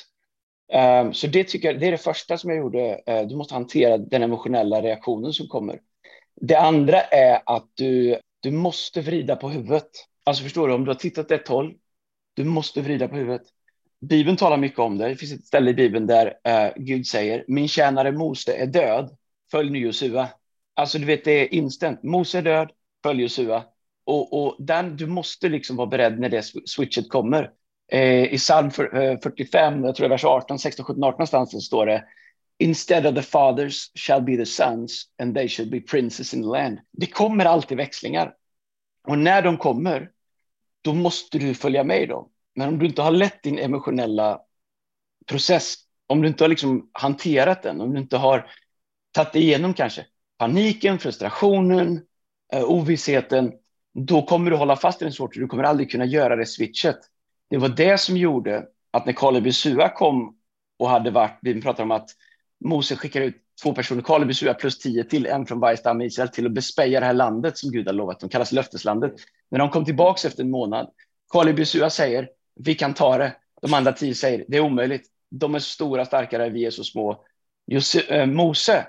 Um, så det tycker jag, det är det första som jag gjorde. Uh, du måste hantera den emotionella reaktionen som kommer. Det andra är att du, du måste vrida på huvudet. Alltså förstår du, om du har tittat ett håll, du måste vrida på huvudet. Bibeln talar mycket om det. Det finns ett ställe i Bibeln där uh, Gud säger: min tjänare Mose är död, följ nu Josua. Alltså du vet, det är instant. Mose är död, följ Josua. Och, och den, du måste liksom vara beredd när det switchet kommer. Eh, I psalm fyrtiofem, jag tror det är vers arton, sexton, sjutton, arton någonstans, så står det: instead of the fathers shall be the sons, and they shall be princes in the land. Det kommer alltid växlingar. Och när de kommer, då måste du följa med dem. Men om du inte har lett din emotionella process, om du inte har liksom hanterat den, om du inte har tagit igenom kanske paniken, frustrationen, eh, ovissheten, då kommer du hålla fast i den sorten. Du kommer aldrig kunna göra det switchet. Det var det som gjorde att när Caleb Josua kom och hade varit, vi pratar om att Mose skickar ut två personer, Caleb Josua plus tio till, en från varje stam i Israel, till att bespeja det här landet som Gud har lovat. De kallas löfteslandet. När de kom tillbaka efter en månad, Caleb Josua säger: vi kan ta det. De andra tio säger: det är omöjligt. De är stora, starkare, vi är så små. Josua, äh, Mose,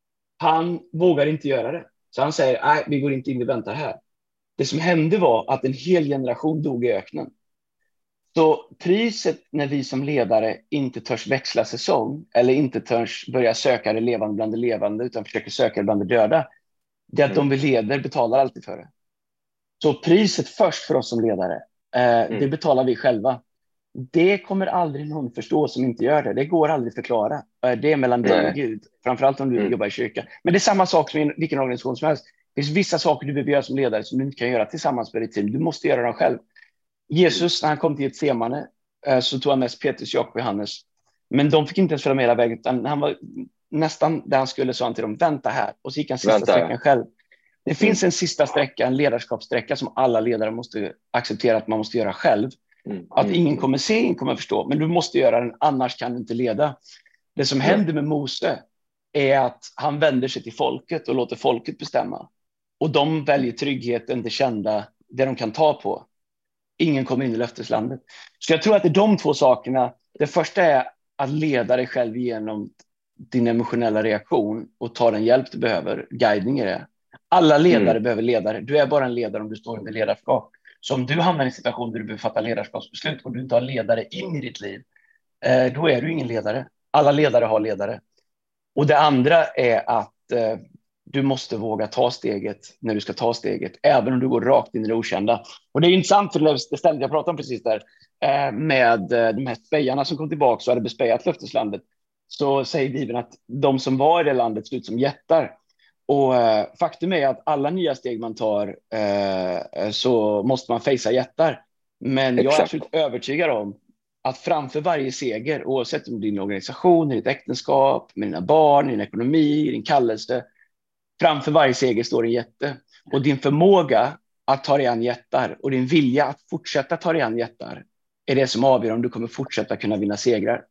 han vågar inte göra det. Så han säger: nej, vi går inte in, vi väntar här. Det som hände var att en hel generation dog i öknen. Så priset när vi som ledare inte törs växla säsong eller inte törs börja söka det levande bland det levande utan försöker söka det bland det döda, det är att Mm. de vi leder betalar alltid för det. Så priset först för oss som ledare, eh, Mm. det betalar vi själva. Det kommer aldrig någon förstå som inte gör det. Det går aldrig att förklara. Eh, Det är mellan dig Nej. och Gud. Framförallt om du Mm. jobbar i kyrkan. Men det är samma sak som i vilken organisation som helst. Det finns vissa saker du behöver göra som ledare som du inte kan göra tillsammans med ditt team. Du måste göra dem själv. Jesus, när han kom till ett semane, så tog han med Petrus, Jakob och Johannes. Men de fick inte ens följa med hela vägen. Utan han var nästan där han skulle, sa han till dem, vänta här. Och så gick han sista Vänta. sträckan själv. Det finns Mm. en sista sträcka, en ledarskapssträcka som alla ledare måste acceptera att man måste göra själv. Mm. Att Mm. ingen kommer se, ingen kommer förstå. Men du måste göra den, annars kan du inte leda. Det som Mm. händer med Mose är att han vänder sig till folket och låter folket bestämma. Och de väljer tryggheten, det kända, det de kan ta på. Ingen kommer in i löfteslandet. Så jag tror att det är de två sakerna. Det första är att leda dig själv igenom din emotionella reaktion och ta den hjälp du behöver. Guidning är det. Alla ledare Mm. behöver ledare. Du är bara en ledare om du står under ledarskap. Så om du hamnar i en situation där du behöver fatta ledarskapsbeslut och du inte har ledare in i ditt liv, eh, då är du ingen ledare. Alla ledare har ledare. Och det andra är att eh, du måste våga ta steget när du ska ta steget, även om du går rakt in i det okända. Och det är intressant för det stället jag pratade om precis där, eh, med eh, de här spejarna som kom tillbaka och hade bespejat löfteslandet. Så säger Bibeln att de som var i det landet ser ut som jättar. Och eh, faktum är att alla nya steg man tar eh, så måste man facea jättar. Men jag är Exakt. absolut övertygad om att framför varje seger, oavsett om din organisation, ditt äktenskap, med dina barn, din ekonomi, din kallelse, framför varje seger står en jätte. Och din förmåga att ta dig an jättar och din vilja att fortsätta ta dig an jättar är det som avgör om du kommer fortsätta kunna vinna segrar.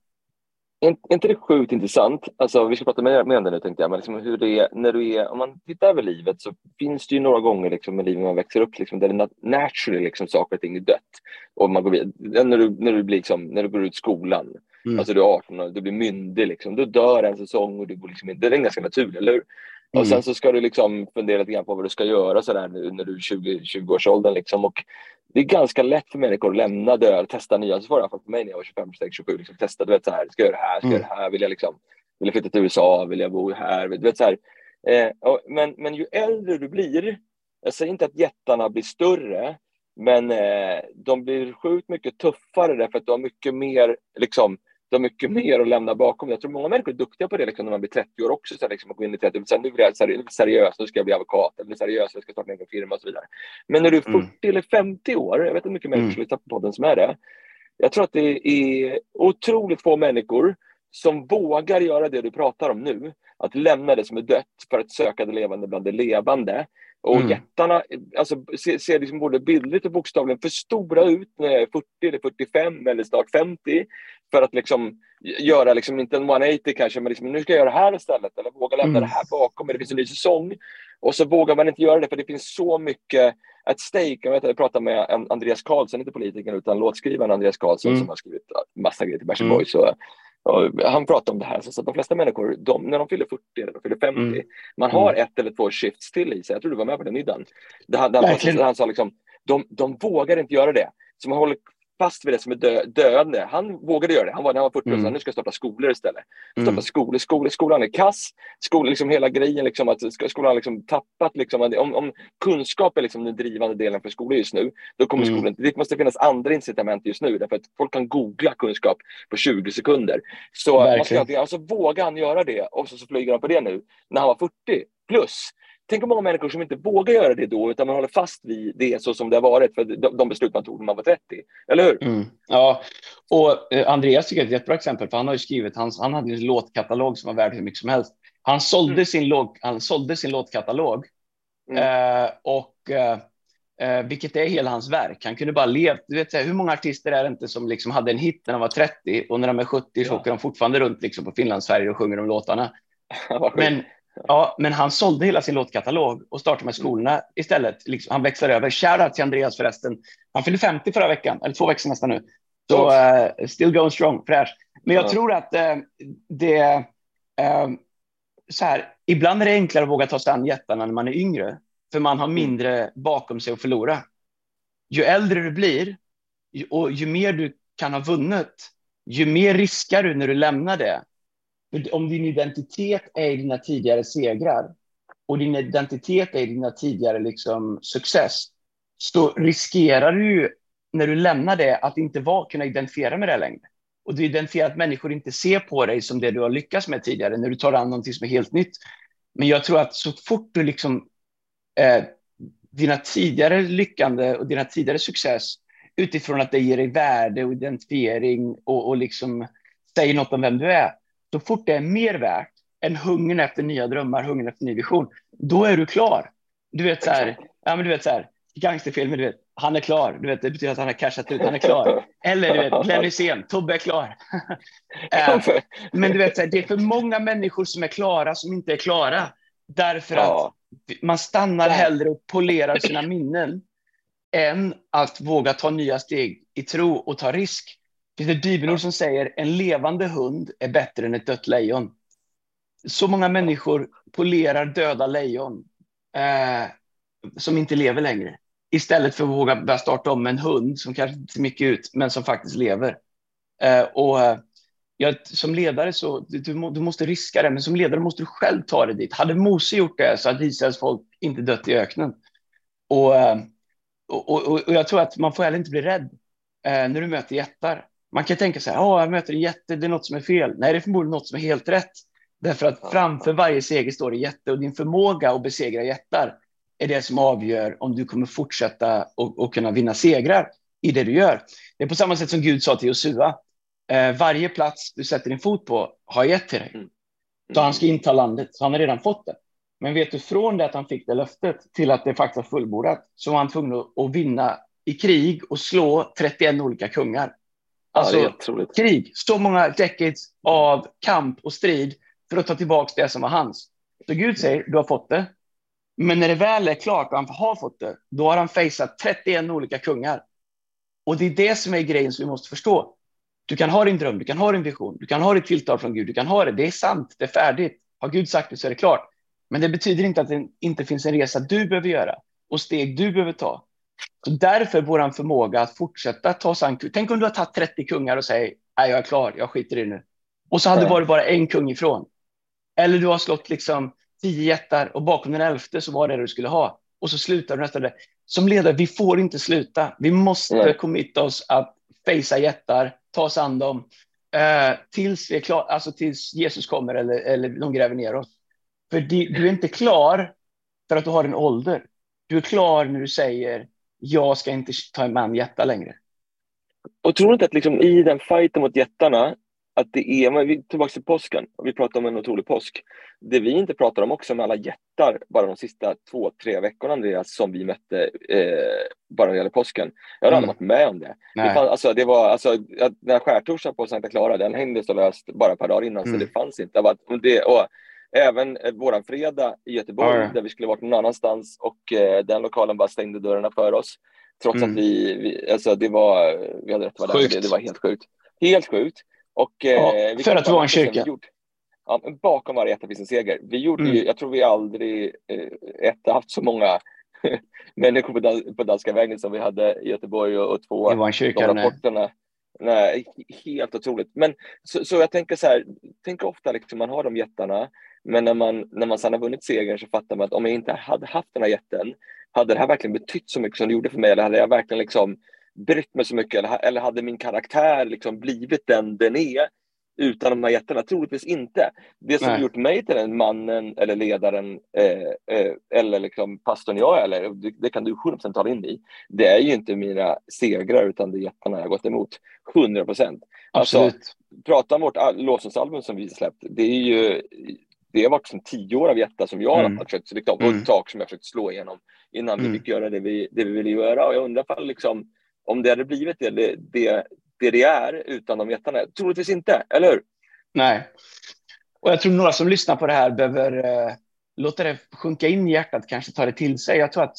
Är inte det sjukt intressant? Alltså, vi ska prata mer, mer om det nu, tänkte jag. Men liksom hur det är, när du är, om man tittar över livet så finns det ju några gånger liksom, i livet man växer upp liksom, där det naturally liksom, saker och ting är dött. Och man går vidare. När du, när du, blir, liksom, när du går ut skolan, mm. alltså du är arton och du blir myndig, liksom, du dör en säsong och du går liksom, det är ganska naturligt, eller hur? Mm. Och sen så ska du liksom fundera lite grann på vad du ska göra så där nu när du är tjugo, tjugo-årsåldern. Liksom. Och det är ganska lätt för människor att lämna dörr, testa nya. Så var det för mig när jag var tjugofem, tjugosex, tjugosju. Liksom, testa, du vet så här, ska jag göra det här, ska jag göra det här, vill jag liksom, vill jag flytta till U S A, vill jag bo här, du vet så här. Eh, och, men, men ju äldre du blir, jag säger inte att jättarna blir större, men eh, de blir sjukt mycket tuffare därför att de har mycket mer liksom, de har mycket mer att lämna bakom. Jag tror många människor är duktiga på det liksom, när man blir trettio år också. Så här, liksom, att gå in i trettio, så här, nu blir jag seri- seriös, nu ska jag bli advokat. Eller seriös, jag ska starta en egen firma och så vidare. Men när du är fyrtio mm. eller femtio år, jag vet inte hur mycket människor som lyssnar på podden som är det. Jag tror att det är otroligt få människor som vågar göra det du pratar om nu. Att lämna det som är dött för att söka det levande bland det levande. Och mm. jättarna alltså, ser, ser liksom både bildligt och bokstavligen för stora ut när jag är fyrtio eller fyrtiofem eller snart femtio. För att liksom göra, liksom, inte en etthundraåttio kanske, men liksom, nu ska jag göra det här istället. Eller våga lämna mm. det här bakom mig, det finns en ny säsong. Och så vågar man inte göra det för det finns så mycket at stake. Jag, vet, jag pratade med Andreas Karlsson, inte politikern utan låtskrivaren Andreas Karlsson mm. som har skrivit massa grejer till Bashir mm. Boys. Och, och han pratade om det här, så att de flesta människor, de, när de fyller fyrtio eller de fyller femtio, mm. man har ett eller två shifts till i sig. Jag tror du var med på den middagen. Där, där han, han sa liksom, de, de vågar inte göra det. Så man håller fast vid det som är dö, döende. Han vågade göra det. Han var, när han var fyrtio mm. år, nu ska jag starta skolor istället. Starta mm. skolor, skolor, skolan är kass. Skolan, liksom hela grejen, liksom, att skolan har liksom tappat. Liksom, om, om kunskap är liksom den drivande delen för skolor just nu, då kommer mm. skolan. Det måste finnas andra incitament just nu, därför att folk kan googla kunskap på tjugo sekunder. Så man ska alltid, alltså, våga han göra det, och så, så flyger han på det nu, när han var fyrtio plus. Tänk om många människor som inte vågar göra det då, utan man håller fast vid det så som det har varit för de, de beslut man tog när man var trettio. Eller hur? Mm. Ja, och eh, Andreas tycker jag är ett jättebra exempel, för han har ju skrivit, han, han hade en låtkatalog som var värd hur mycket som helst. Han sålde, mm. sin, låg, han sålde sin låtkatalog mm. eh, och eh, vilket är hela hans verk. Han kunde bara leva, du vet hur många artister är det inte som liksom hade en hit när de var trettio och när de är sjuttio så ja. åker de fortfarande runt liksom på Finlandsfärjor och sjunger de låtarna. Men Ja, men han sålde hela sin låtkatalog och startade med skolorna mm. istället. Liksom, han växlar över. Shoutout till Andreas förresten. Han fyllde femtio förra veckan, eller två veckor nästan nu. Så uh, still going strong, fräsch. Men jag mm. tror att uh, det uh, så här, ibland är det enklare att våga ta sig an jättarna när man är yngre. För man har mindre bakom sig att förlora. Ju äldre du blir, Och ju mer du kan ha vunnit, ju mer riskar du när du lämnar det. För om din identitet är dina tidigare segrar och din identitet är dina tidigare liksom success, så riskerar du ju när du lämnar det att inte vara, kunna identifiera med det längre. Och du identifierar att människor inte ser på dig som det du har lyckats med tidigare när du tar an någonting som är helt nytt. Men jag tror att så fort du liksom eh, dina tidigare lyckande och dina tidigare success utifrån att det ger dig värde och identifiering och, och liksom säger något om vem du är, så fort det är mer värt än hungern efter nya drömmar, hungern efter ny vision, då är du klar. Du vet så här, ja men du vet så här, gangsterfilmer, du vet, han är klar, du vet, det betyder att han har cashat ut, han är klar. Eller du vet, Glenn Hysén, Tobbe är klar. äh, men du vet så här, det är för många människor som är klara som inte är klara. Därför Ja. att man stannar hellre och polerar sina minnen än att våga ta nya steg i tro och ta risk. Det är ett bibelord som säger en levande hund är bättre än ett dött lejon. Så många människor polerar döda lejon eh, som inte lever längre. Istället för att våga börja starta om med en hund som kanske inte ser mycket ut men som faktiskt lever. Eh, och eh, ja, som ledare så du, du måste riska det, men som ledare måste du själv ta det dit. Hade Mose gjort det så hade Israels folk inte dött i öknen. Och, och, och, och jag tror att man får heller inte bli rädd eh, när du möter jättar. Man kan tänka så här, ja, jag möter en jätte, det är något som är fel. Nej, det är förmodligen något som är helt rätt. Därför att framför varje seger står det jätte, och din förmåga att besegra jättar är det som avgör om du kommer fortsätta och, och kunna vinna segrar i det du gör. Det är på samma sätt som Gud sa till Josua. Eh, varje plats du sätter din fot på har gett till dig. Så han ska inta landet, så han har redan fått det. Men vet du, från det att han fick det löftet till att det faktiskt var fullbordat, så var han tvungen att, att vinna i krig och slå trettioen olika kungar. Alltså ja, krig, så många decades av kamp och strid för att ta tillbaka det som var hans. Så Gud säger, du har fått det. Men när det väl är klart och han har fått det, då har han faceat trettioen olika kungar. Och det är det som är grejen som vi måste förstå. Du kan ha din dröm, du kan ha din vision, du kan ha ditt tilltal från Gud, du kan ha det, det är sant, det är färdigt. Har Gud sagt det så är det klart. Men det betyder inte att det inte finns en resa du behöver göra och steg du behöver ta. Så därför vår förmåga att fortsätta ta sig an. Tänk om du har tagit trettio kungar och säger, nej jag är klar, jag skiter i det nu. Och så hade det varit bara en kung ifrån. Eller du har slått liksom tio jättar och bakom den elfte så var det det du skulle ha. Och så slutar du nästan det. Som ledare, vi får inte sluta. Vi måste mm. committa oss att facea jättar, ta oss an dem. Eh, tills vi är klar, alltså tills Jesus kommer eller, eller de gräver ner oss. För du, du är inte klar för att du har en ålder. Du är klar när du säger, jag ska inte ta en man jättar längre. Och tror du inte att liksom i den fighten mot jättarna, att det är, men vi tillbaka till påsken, och vi pratar om en otrolig påsk. Det vi inte pratar om också med alla jättar, bara de sista två, tre veckorna, Andreas, som vi mötte eh, bara när det gäller påsken. Jag har aldrig mm. varit med om det. Det, fann, alltså, det var, alltså, att den här skärtorsdagen på Sankta Clara, den hängde så löst bara ett par dagar innan, mm. så det fanns inte. Och det, och även eh, våran fredag i Göteborg, mm. där vi skulle varit någon annanstans, och eh, den lokalen bara stängde dörrarna för oss. Trots mm. att vi, vi, alltså det var, vi hade rätt att vara där, det, det var helt sjukt. Helt sjukt. Och, ja, eh, vi för att det var en kyrka. Gjort, ja, men bakom varje jätte finns en seger. Vi gjorde mm. ju, jag tror vi aldrig eh, ett, haft så många människor på, Dan, på Danska vägen som vi hade i Göteborg, och, och två det var en kyrka, de rapporterna. Nej, helt otroligt. Men så, så jag tänker så här, tänker ofta liksom man har de jättarna, men när man, när man sedan har vunnit segern så fattar man att om jag inte hade haft den här jätten, hade det här verkligen betytt så mycket som det gjorde för mig, eller hade jag verkligen liksom brytt mig så mycket, eller, eller hade min karaktär liksom blivit den den är utan de här jättarna? Troligtvis inte. Det som Nej. gjort mig till den mannen eller ledaren eh, eh, eller liksom pastorn jag är, eller det, det kan du hundra procent ta in i, det är ju inte mina segrar utan det är jättarna jag har gått emot hundra procent. Alltså, prata om vårt låtsasalbum som vi släppt, det är ju det har varit som tio år av jättar som jag mm. har försökt liksom, och ett tak som jag försökt slå igenom innan mm. vi fick göra det vi, det vi ville göra. Och jag undrar fall, liksom, om det hade blivit det det, det det det är utan de jättarna. Troligtvis inte, eller hur? Nej. Och jag tror några som lyssnar på det här behöver eh, låta det sjunka in i hjärtat, kanske ta det till sig. Jag tror att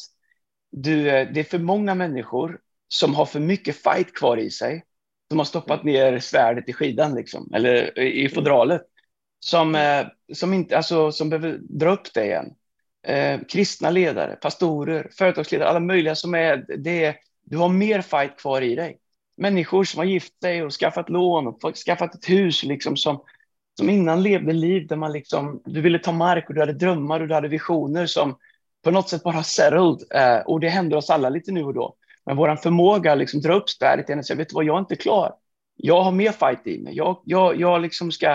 du, det är för många människor som har för mycket fight kvar i sig. Som har stoppat ner svärdet i skidan liksom, eller i fodralet. Som, eh, som, inte, alltså, som behöver dra upp det igen. Eh, kristna ledare, pastorer, företagsledare, alla möjliga som är, det är, du har mer fight kvar i dig. Människor som har gift sig och skaffat lån och skaffat ett hus liksom som, som innan levde liv där man liksom, du ville ta mark och du hade drömmar och du hade visioner som på något sätt bara settled. Eh, och det händer oss alla lite nu och då. Men vår förmåga liksom dra upp svärdet igen och säga, vet du vad, jag är inte klar. Jag har mer fight i mig. Jag, jag, jag liksom ska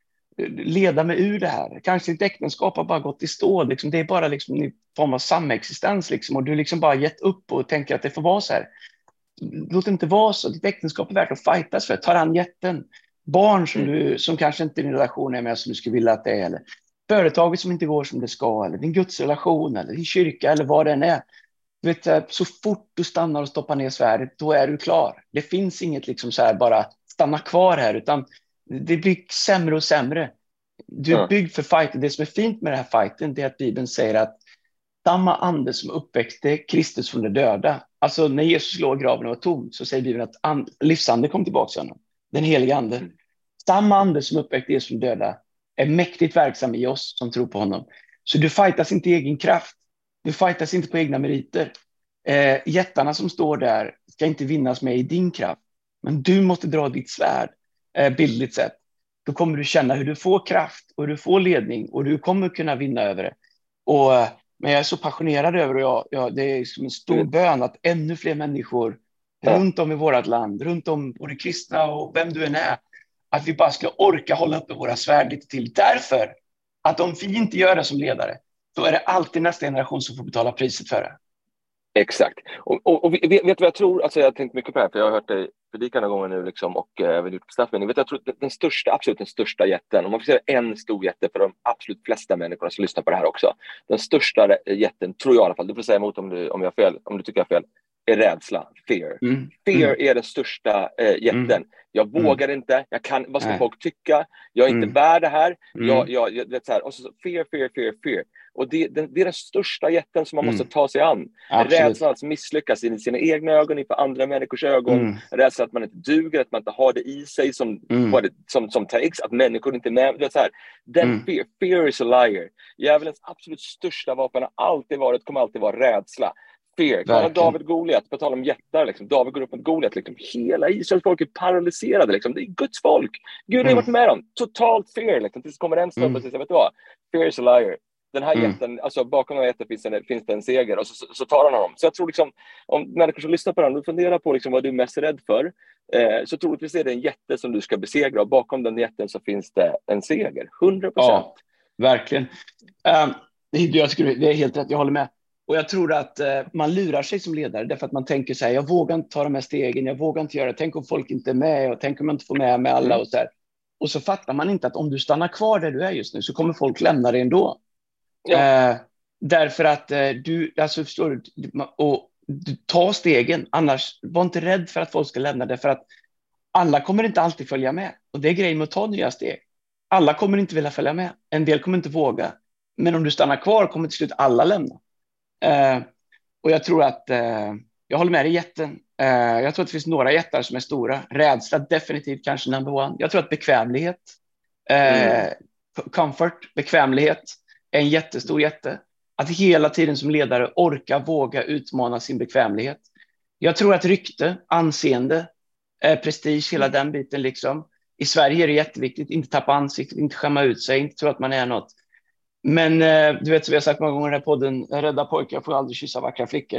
leda mig ur det här. Kanske ditt äktenskap har bara gått i stå. Liksom. Det är bara liksom en form av samexistens. Liksom. Och du liksom bara gett upp och tänker att det får vara så här. Låt det inte vara så. Ditt äktenskap är värt att fightas för. Ta an jätten. Barn som, du, som kanske inte din relation är med som du skulle vilja att det är. Eller företaget som inte går som det ska. Eller din gudsrelation. Eller din kyrka. Eller vad det än är. Du vet, så fort du stannar och stoppar ner svärdet, då är du klar. Det finns inget liksom så här bara stanna kvar här, utan det blir sämre och sämre. Du är byggd för fighten. Det som är fint med den här fighten, det är att Bibeln säger att samma ande som uppväckte Kristus från de döda. Alltså när Jesus låg i graven och var tom, så säger Bibeln att and, livsande kom tillbaka till honom. Den heliga ande. Mm. Samma ande som uppväckte Jesus från de döda är mäktigt verksam i oss som tror på honom. Så du fightas inte i egen kraft. Du fightas inte på egna meriter. Eh, jättarna som står där ska inte vinnas med i din kraft. Men du måste dra ditt svärd, eh, bildligt sett. Då kommer du känna hur du får kraft och du får ledning och du kommer kunna vinna över det. Och, men jag är så passionerad över det. Jag, jag, det är som en stor bön att ännu fler människor ja. runt om i vårt land, runt om både kristna och vem du än är, att vi bara ska orka hålla uppe våra svärd lite till. Därför att om vi inte gör det som ledare, då är det alltid nästa generation som får betala priset för det. Exakt. Och, och, och vet du vad jag tror? Alltså jag har tänkt mycket på det här, för jag har hört dig predika några gånger nu liksom, och även uh, gjort staffmening. Vet du, jag tror att den största, absolut den största jätten, om man får säga en stor jätte för de absolut flesta människorna som lyssnar på det här också. Den största jätten, tror jag i alla fall, du får säga emot om du, om jag har fel, om du tycker jag har fel, är rädsla, fear. Mm. Fear mm. är den största eh, jätten. Mm. Jag vågar mm. inte, jag kan, vad ska Nej. folk tycka? Jag är inte mm. värd det här. Mm. Jag, jag, jag, det är så här. Och så, fear, fear, fear, fear. Och det, det, det är den största jätten som man mm. måste ta sig an. Rädslan att misslyckas i sina egna ögon, inför andra människors ögon. Mm. Rädslan att man inte duger, att man inte har det i sig som, mm. det, som, som takes, att människor inte är med. Det är så här. Den mm. fear, fear is a liar. Djävulens absolut största vapen har alltid varit, kommer alltid vara rädsla. Fear. Kolla David Goliat, på tal om jättar, liksom. David går upp mot Goliat, liksom. Hela Israels folk är paralyserade, liksom. Det är Guds folk. Gud har mm. varit med dem. Totalt fear, liksom. Tills kommer en snubbe och säger, vet du vad? Fear is a liar. Den här mm. jätten, alltså bakom den här jätten finns, det, finns det en seger, och så, så, så tar han honom. Så jag tror liksom, om människor som lyssnar på den, du funderar på liksom vad du är mest rädd för, eh, så troligtvis är det en jätte som du ska besegra, och bakom den jätten så finns det en seger. hundra procent. Ja, verkligen. Um, jag tycker det är helt rätt, jag håller med. Och jag tror att eh, man lurar sig som ledare därför att man tänker så här, jag vågar inte ta de här stegen, jag vågar inte göra det, tänk om folk inte är med, och tänk om man inte får med med alla och så här. Och så fattar man inte att om du stannar kvar där du är just nu så kommer folk lämna dig ändå. Ja. Eh, därför att eh, du, alltså förstår du, och du tar stegen, annars var inte rädd för att folk ska lämna, därför att alla kommer inte alltid följa med. Och det är grejen med att ta nya steg. Alla kommer inte vilja följa med, en del kommer inte våga. Men om du stannar kvar kommer till slut alla lämna. Uh, och jag tror att uh, jag håller med dig jätten. Uh, jag tror att det finns några jättar som är stora. Rädsla definitivt kanske number one. Jag tror att bekvämlighet, uh, mm. comfort, bekvämlighet är en jättestor jätte. Att hela tiden som ledare orka, våga utmana sin bekvämlighet. Jag tror att rykte, anseende, uh, prestige, hela den biten liksom. I Sverige är det jätteviktigt. Inte tappa ansiktet, inte skämma ut sig, inte tro att man är något. Men uh, du vet, som vi har sagt många gånger i den här podden, rädda pojkar får aldrig kyssa vackra flickor.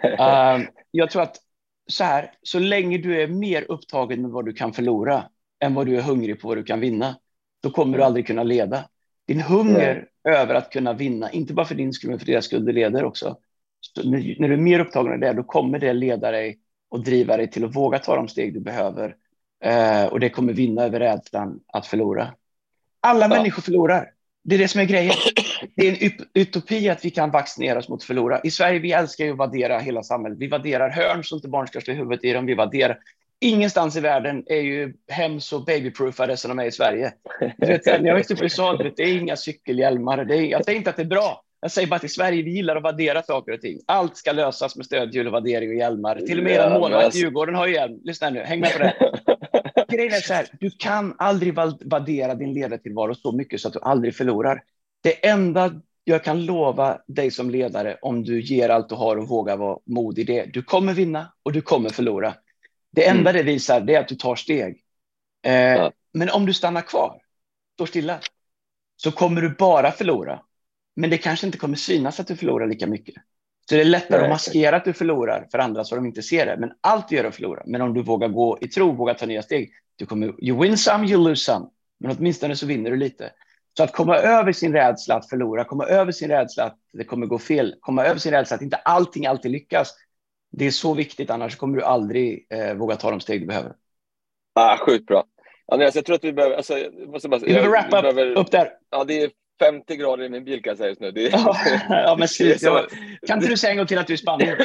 Uh, jag tror att så här, så länge du är mer upptagen med vad du kan förlora än vad du är hungrig på vad du kan vinna, då kommer du aldrig kunna leda. Din hunger mm. över att kunna vinna, inte bara för din skull, men för deras skull, du leder också. Så när, när du är mer upptagen av det, då kommer det leda dig och driva dig till att våga ta de steg du behöver. Uh, och det kommer vinna över rädslan att förlora. Alla ja. människor förlorar. Det är det som är grejen. Det är en utopi att vi kan vaccinera oss mot förlora. I Sverige, vi älskar ju att vaddera hela samhället. Vi vadderar hörn så inte barn ska slå huvudet i dem. Vi vadderar. Ingenstans i världen är ju hem så babyproofade som de är i Sverige. Du vet, när jag växte upp i U S A, det är inga cykelhjälmar. Det är, jag säger inte att det är bra. Jag säger bara att i Sverige, vi gillar att vaddera saker och ting. Allt ska lösas med stödhjul och vaddering och hjälmar. Till och med en månad i Djurgården har ju hjälm. Lyssna nu, häng med på det. Grejen är så här, du kan aldrig vaddera din ledartillvaro så mycket så att du aldrig förlorar. Det enda jag kan lova dig som ledare, om du ger allt du har och vågar vara modig, det, du kommer vinna och du kommer förlora. Det enda det visar, det är att du tar steg. Eh, Ja. Men om du stannar kvar, står stilla, så kommer du bara förlora. Men det kanske inte kommer synas att du förlorar lika mycket. Så det är lättare Nej, att maskera att du förlorar för andra så de inte ser det. Men allt du gör är att förlora. Men om du vågar gå i tro, vågar ta nya steg, du kommer, you win some, you lose some. Men åtminstone så vinner du lite. Så att komma över sin rädsla att förlora, komma över sin rädsla att det kommer gå fel, komma över sin rädsla att inte allting alltid lyckas. Det är så viktigt, annars kommer du aldrig eh, våga ta de steg du behöver. Ah, sjukt bra. Andreas, jag tror att vi behöver... Alltså, jag måste bara, Vi behöver wrap up, behöver, upp där. Ja, det är femtio grader i min bil kan jag säga just nu. Det är, ja, men slut. det är Så, kan inte du säga en gång till att du är i Spanien?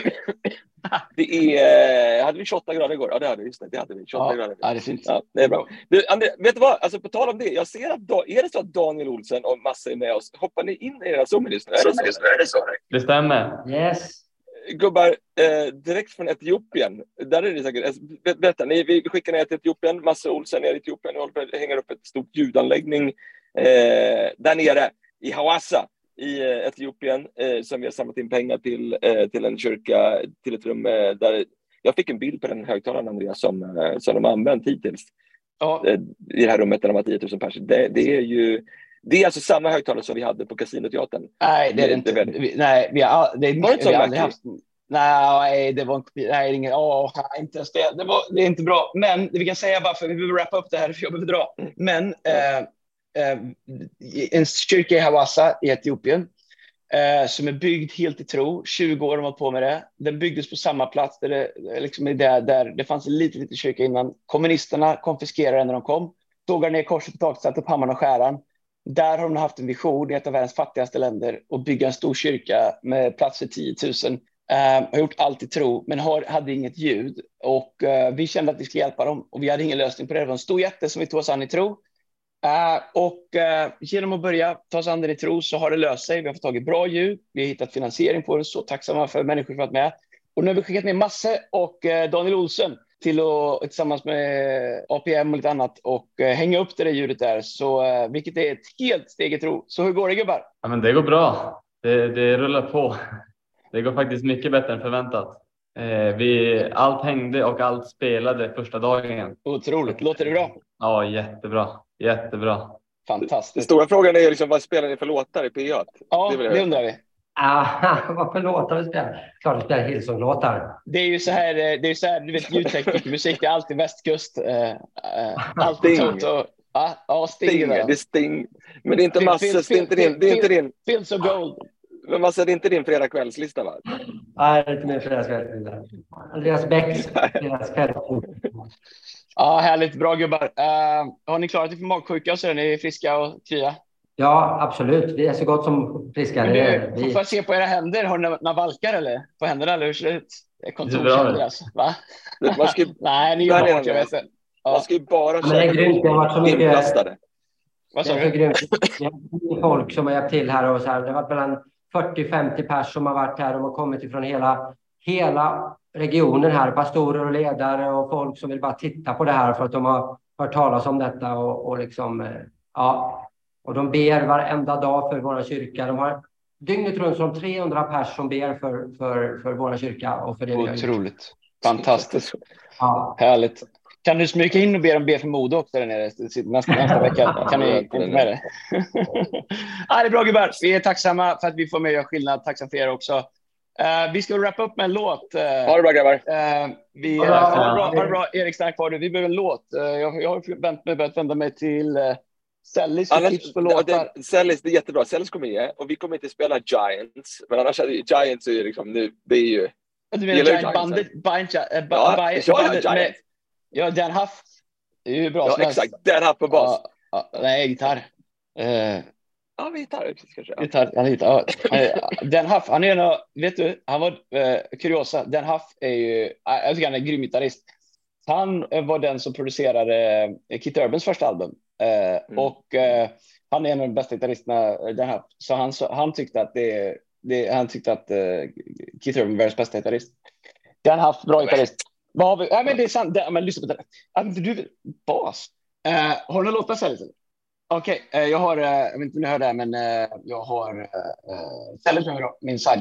Det är... Hade vi tjugoåtta grader igår? Ja, det hade vi. Just det, det hade vi. tjugoåtta ja, grader. Ja, det är fint. Ja, det är bra. Du, André, vet du vad? Alltså, på tal om det. Jag ser att... Är det så att Daniel Olsen och Massa är med oss? Hoppar ni in i era Zoom just nu? Är det så? Är det så? Det stämmer. Yes. Gubbar, eh, direkt från Etiopien. Där är det säkert... Berätta, ni, vi skickar ner till Etiopien. Massa Olsen är i Etiopien. Och hänger upp ett stort ljudanläggning eh, där nere i Hawassa i eh, Etiopien. Eh, som vi har samlat in pengar till, eh, till en kyrka, till ett rum eh, där... Jag fick en bild på den högtalaren, Andreas, som, eh, som de har använt hittills. Ja. Eh, I det här rummet där de har tio tusen personer. Det, det är ju... Det är alltså samma högtalare som vi hade på Casinoteatern. Nej, det är det inte. Det, det, vi, nej, vi har, det är var det inte vi så har aldrig märkligt? haft. Nej, det var en kopia. Nej, ingen, åh, inte ens det. Det, var, det är inte bra. Men vi kan säga bara för vi behöver wrappa upp det här för jag behöver dra. Men eh, eh, en kyrka i Hawassa i Etiopien eh, som är byggd helt i tro. tjugo år har de hållit på med det. Den byggdes på samma plats där det, liksom är där, där det fanns en liten, liten kyrka innan. Kommunisterna konfiskerade den när de kom. Sågar ner korset på taket, satte upp hammaren och skäran. Där har de haft en vision i ett av världens fattigaste länder och bygga en stor kyrka med plats för tio tusen. Uh, har gjort allt i tro, men har, hade inget ljud. Och uh, vi kände att vi skulle hjälpa dem. Och vi hade ingen lösning på det. Det var en stor jätte som vi tog oss an i tro. Uh, och uh, genom att börja ta oss an det i tro så har det löst sig. Vi har fått tag i bra ljud. Vi har hittat finansiering på det. Så tacksamma för människor som varit med. Och nu har vi skickat ner Masse och uh, Daniel Olsen till att tillsammans med A P M och lite annat och uh, hänga upp det där ljudet där. Så, uh, vilket är ett helt steg i tro. Så hur går det, gubbar? Ja, men det går bra. Det, det rullar på. Det går faktiskt mycket bättre än förväntat. Eh, vi, allt hängde och allt spelade första dagen. Otroligt. Låter det bra? Ja, jättebra. Jättebra. Fantastiskt. Den stora frågan är liksom, vad spelar ni för låtar i P A? Ja, det, det undrar vi. Ah, vad för låtar vi spelar? Klart vi spelar Hillsong-låtar. Det är ju så här, det är så här, du vet, ljudteknikermusik, det är alltid västkust. Äh, äh, alltid Toto. Ja, ja, Sting. Sting, det är Sting. Men det är inte Fil- Masses, fil- det är inte din, det är inte din. Fields of Gold. Men Masse, det är inte din fredagskvällslista, va? Nej, det är inte min fredagskväll. Andreas Bäcks fredagskväll. Ja, härligt. Bra, gubbar. Uh, har ni klarat er för magsjuka så är ni friska och krya? Ja, absolut. Vi är så gott som friska. Men Det du, är vi. får jag se på era händer? Har ni några valkar eller? På händerna, eller hur ser det ut? Det är Det är kontorshänder bra. alltså. Va? Man ska, Nej, ni Nej, jobbar nej, hårt, jag nej. vet det. man Ja. ska ju bara Men det är grymt. Det har varit så mycket- inplastade. Vad Det sa är så du? grymt. Det är folk som har hjälpt till här och så här. Det har varit mellan fyrtio till femtio pers som har varit här. De har kommit ifrån hela, hela regionen här. Pastorer och ledare och folk som vill bara titta på det här för att de har hört talas om detta och, och liksom, eh, ja. Och de ber varenda dag för våra kyrka. De har dygnet runt som trehundra pers som ber för, för, för våra kyrka och för det vi har gjort. Otroligt. Fantastiskt. Ja. Härligt. Kan du smyga in och be dem be för Modo också där nere nästa, nästa vecka? Kan ni inte med det? Ja, det är bra, gubbar. Vi är tacksamma för att vi får med och göra skillnad. Tacksam för er också. Uh, vi ska wrappa upp med en låt. Uh, Ha det bra, grabbar. uh, vi, uh, Ja, ha, det bra, ja. ha det bra, Erik, stanna kvar. Vi behöver en låt. Uh, jag, jag har vänt mig, börjat vända mig till uh, Sellis för Annars, tips på ja, låtar. det, Sellis, det är jättebra. Sellis kommer ge och vi kommer inte spela Giants. Men annars är det, Giants är ju liksom nu, det är ju... Du menar gillar Giant Giants, Bandit? Bandit, uh, ba, Ja, ba, ja, ja, bandet med, Giants. ja, Dan Huff. Det är ju bra. Ja, som helst. exakt. Den här på bas. Ja, ja, nej, gitarr. Uh, Ja, vi hittar det kanske. Ja. gitarr, han hittar, ja. Dan Huff, han är en av, vet du, han var uh, kuriosa. Dan Huff är ju, jag tycker han är en grym gitarrist. Han uh, var den som producerade uh, Keith Urbans första album. Uh, Mm. Och uh, han är en av de bästa gitarristerna, uh, Dan Huff. Så han, så, han tyckte att det, det han tyckte att uh, Keith Urban var världens bästa gitarrist. Dan Huff, bra gitarrist. Vad har vi? Ja, men det är sant. Det, men lyssna på det. Ah, men du, bas. Uh, har du någon låtar sen? Okej, okay, uh, jag har, uh, jag vet inte om ni hör det här, men uh, jag har uh, uh, Sellis med mig då, min sidekick.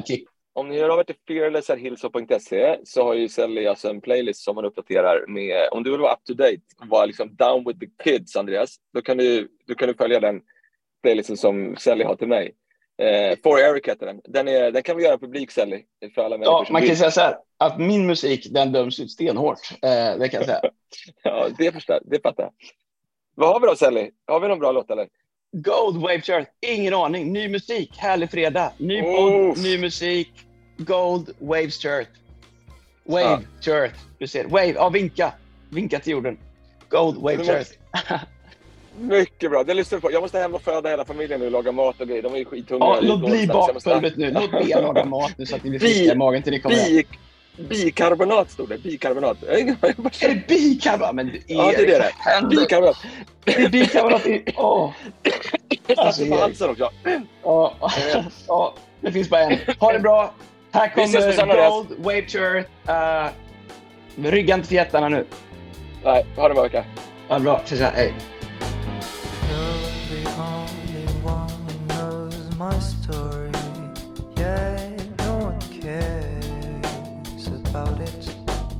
om ni hör av er till fearless at hillsop punkt se så har ju Selly alltså en playlist som man uppdaterar med, om du vill vara up to date och vara liksom down with the kids, Andreas, då kan du, då kan du följa den playlisten som Selly har till mig. Eh, For Eric heter den. Den, är, den kan vi göra publik, Selly, för alla Ja, man kan säga så här, att min musik, den döms ut stenhårt. Eh, det kan jag säga. Ja, det förstår det fattar jag. Vad har vi då, Selly? Har vi någon bra låt, eller? Gold Wave Chart, ingen aning. Ny musik, härlig fredag. Ny podd, Oh. ny musik. Gold Wave Chart. Wave Ja. Chart. Du ser, Wave, ja vinka. Vinka till jorden. Gold Wave Det Chart. Mycket bra, det lyssnar vi på. Jag måste hem och föda hela familjen nu och laga mat och grejer. De är ju skithungriga. Ja, låt bli bakpulvret nu. Låt bli att laga mat nu så att ni blir friska i magen till ni kommer hem. Bi, bikarbonat stod det, bikarbonat. Är det bikarbonat? Men det är, Ja, det är det. Händer. Bikarbonat. Det är bikarbonat i... Åh. Alltså, på halsen också. Ja, ja, det finns bara en. Ha det bra. Här Vi ses på söndag, kommer Gold Wave Chart. Uh, rygga inte till jättarna nu. Nej, ha det bra, vecka. Ha det bra. Tja, tja. Hej. You're the only one who knows my story. Yeah, no one cares about it.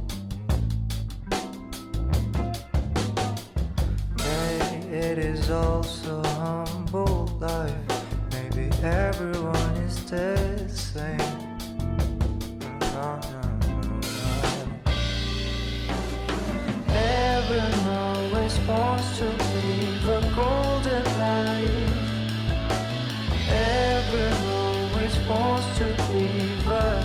Yeah, it is also humble life. Maybe everyone is the same. No, no, no, no. Everyone always wants to live a golden life. Everyone always wants to live a...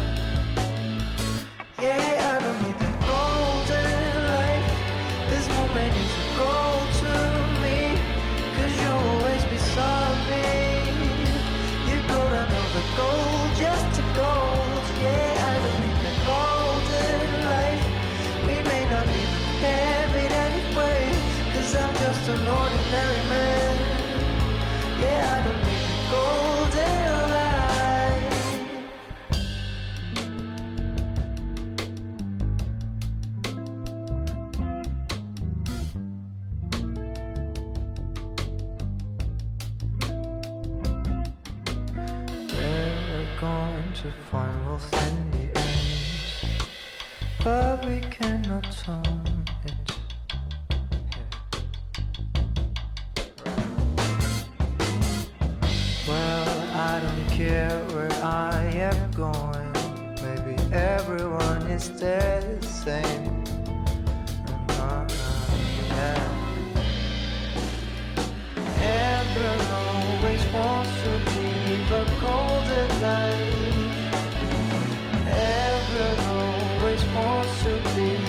Yeah, I don't need the golden life. This moment is a gold to me. Cause you'll always be beside me. You go down all the gold just to gold. Yeah, I don't need the golden life. We may not even have it anyway. Cause I'm just an ordinary man. Yeah, I don't need the golden life. We're going to find wealth in the end, but we cannot own it. Well, I don't care where I am going. Maybe everyone is the same. Uh, yeah. Everyone always wants to live a golden life. Everyone always wants to live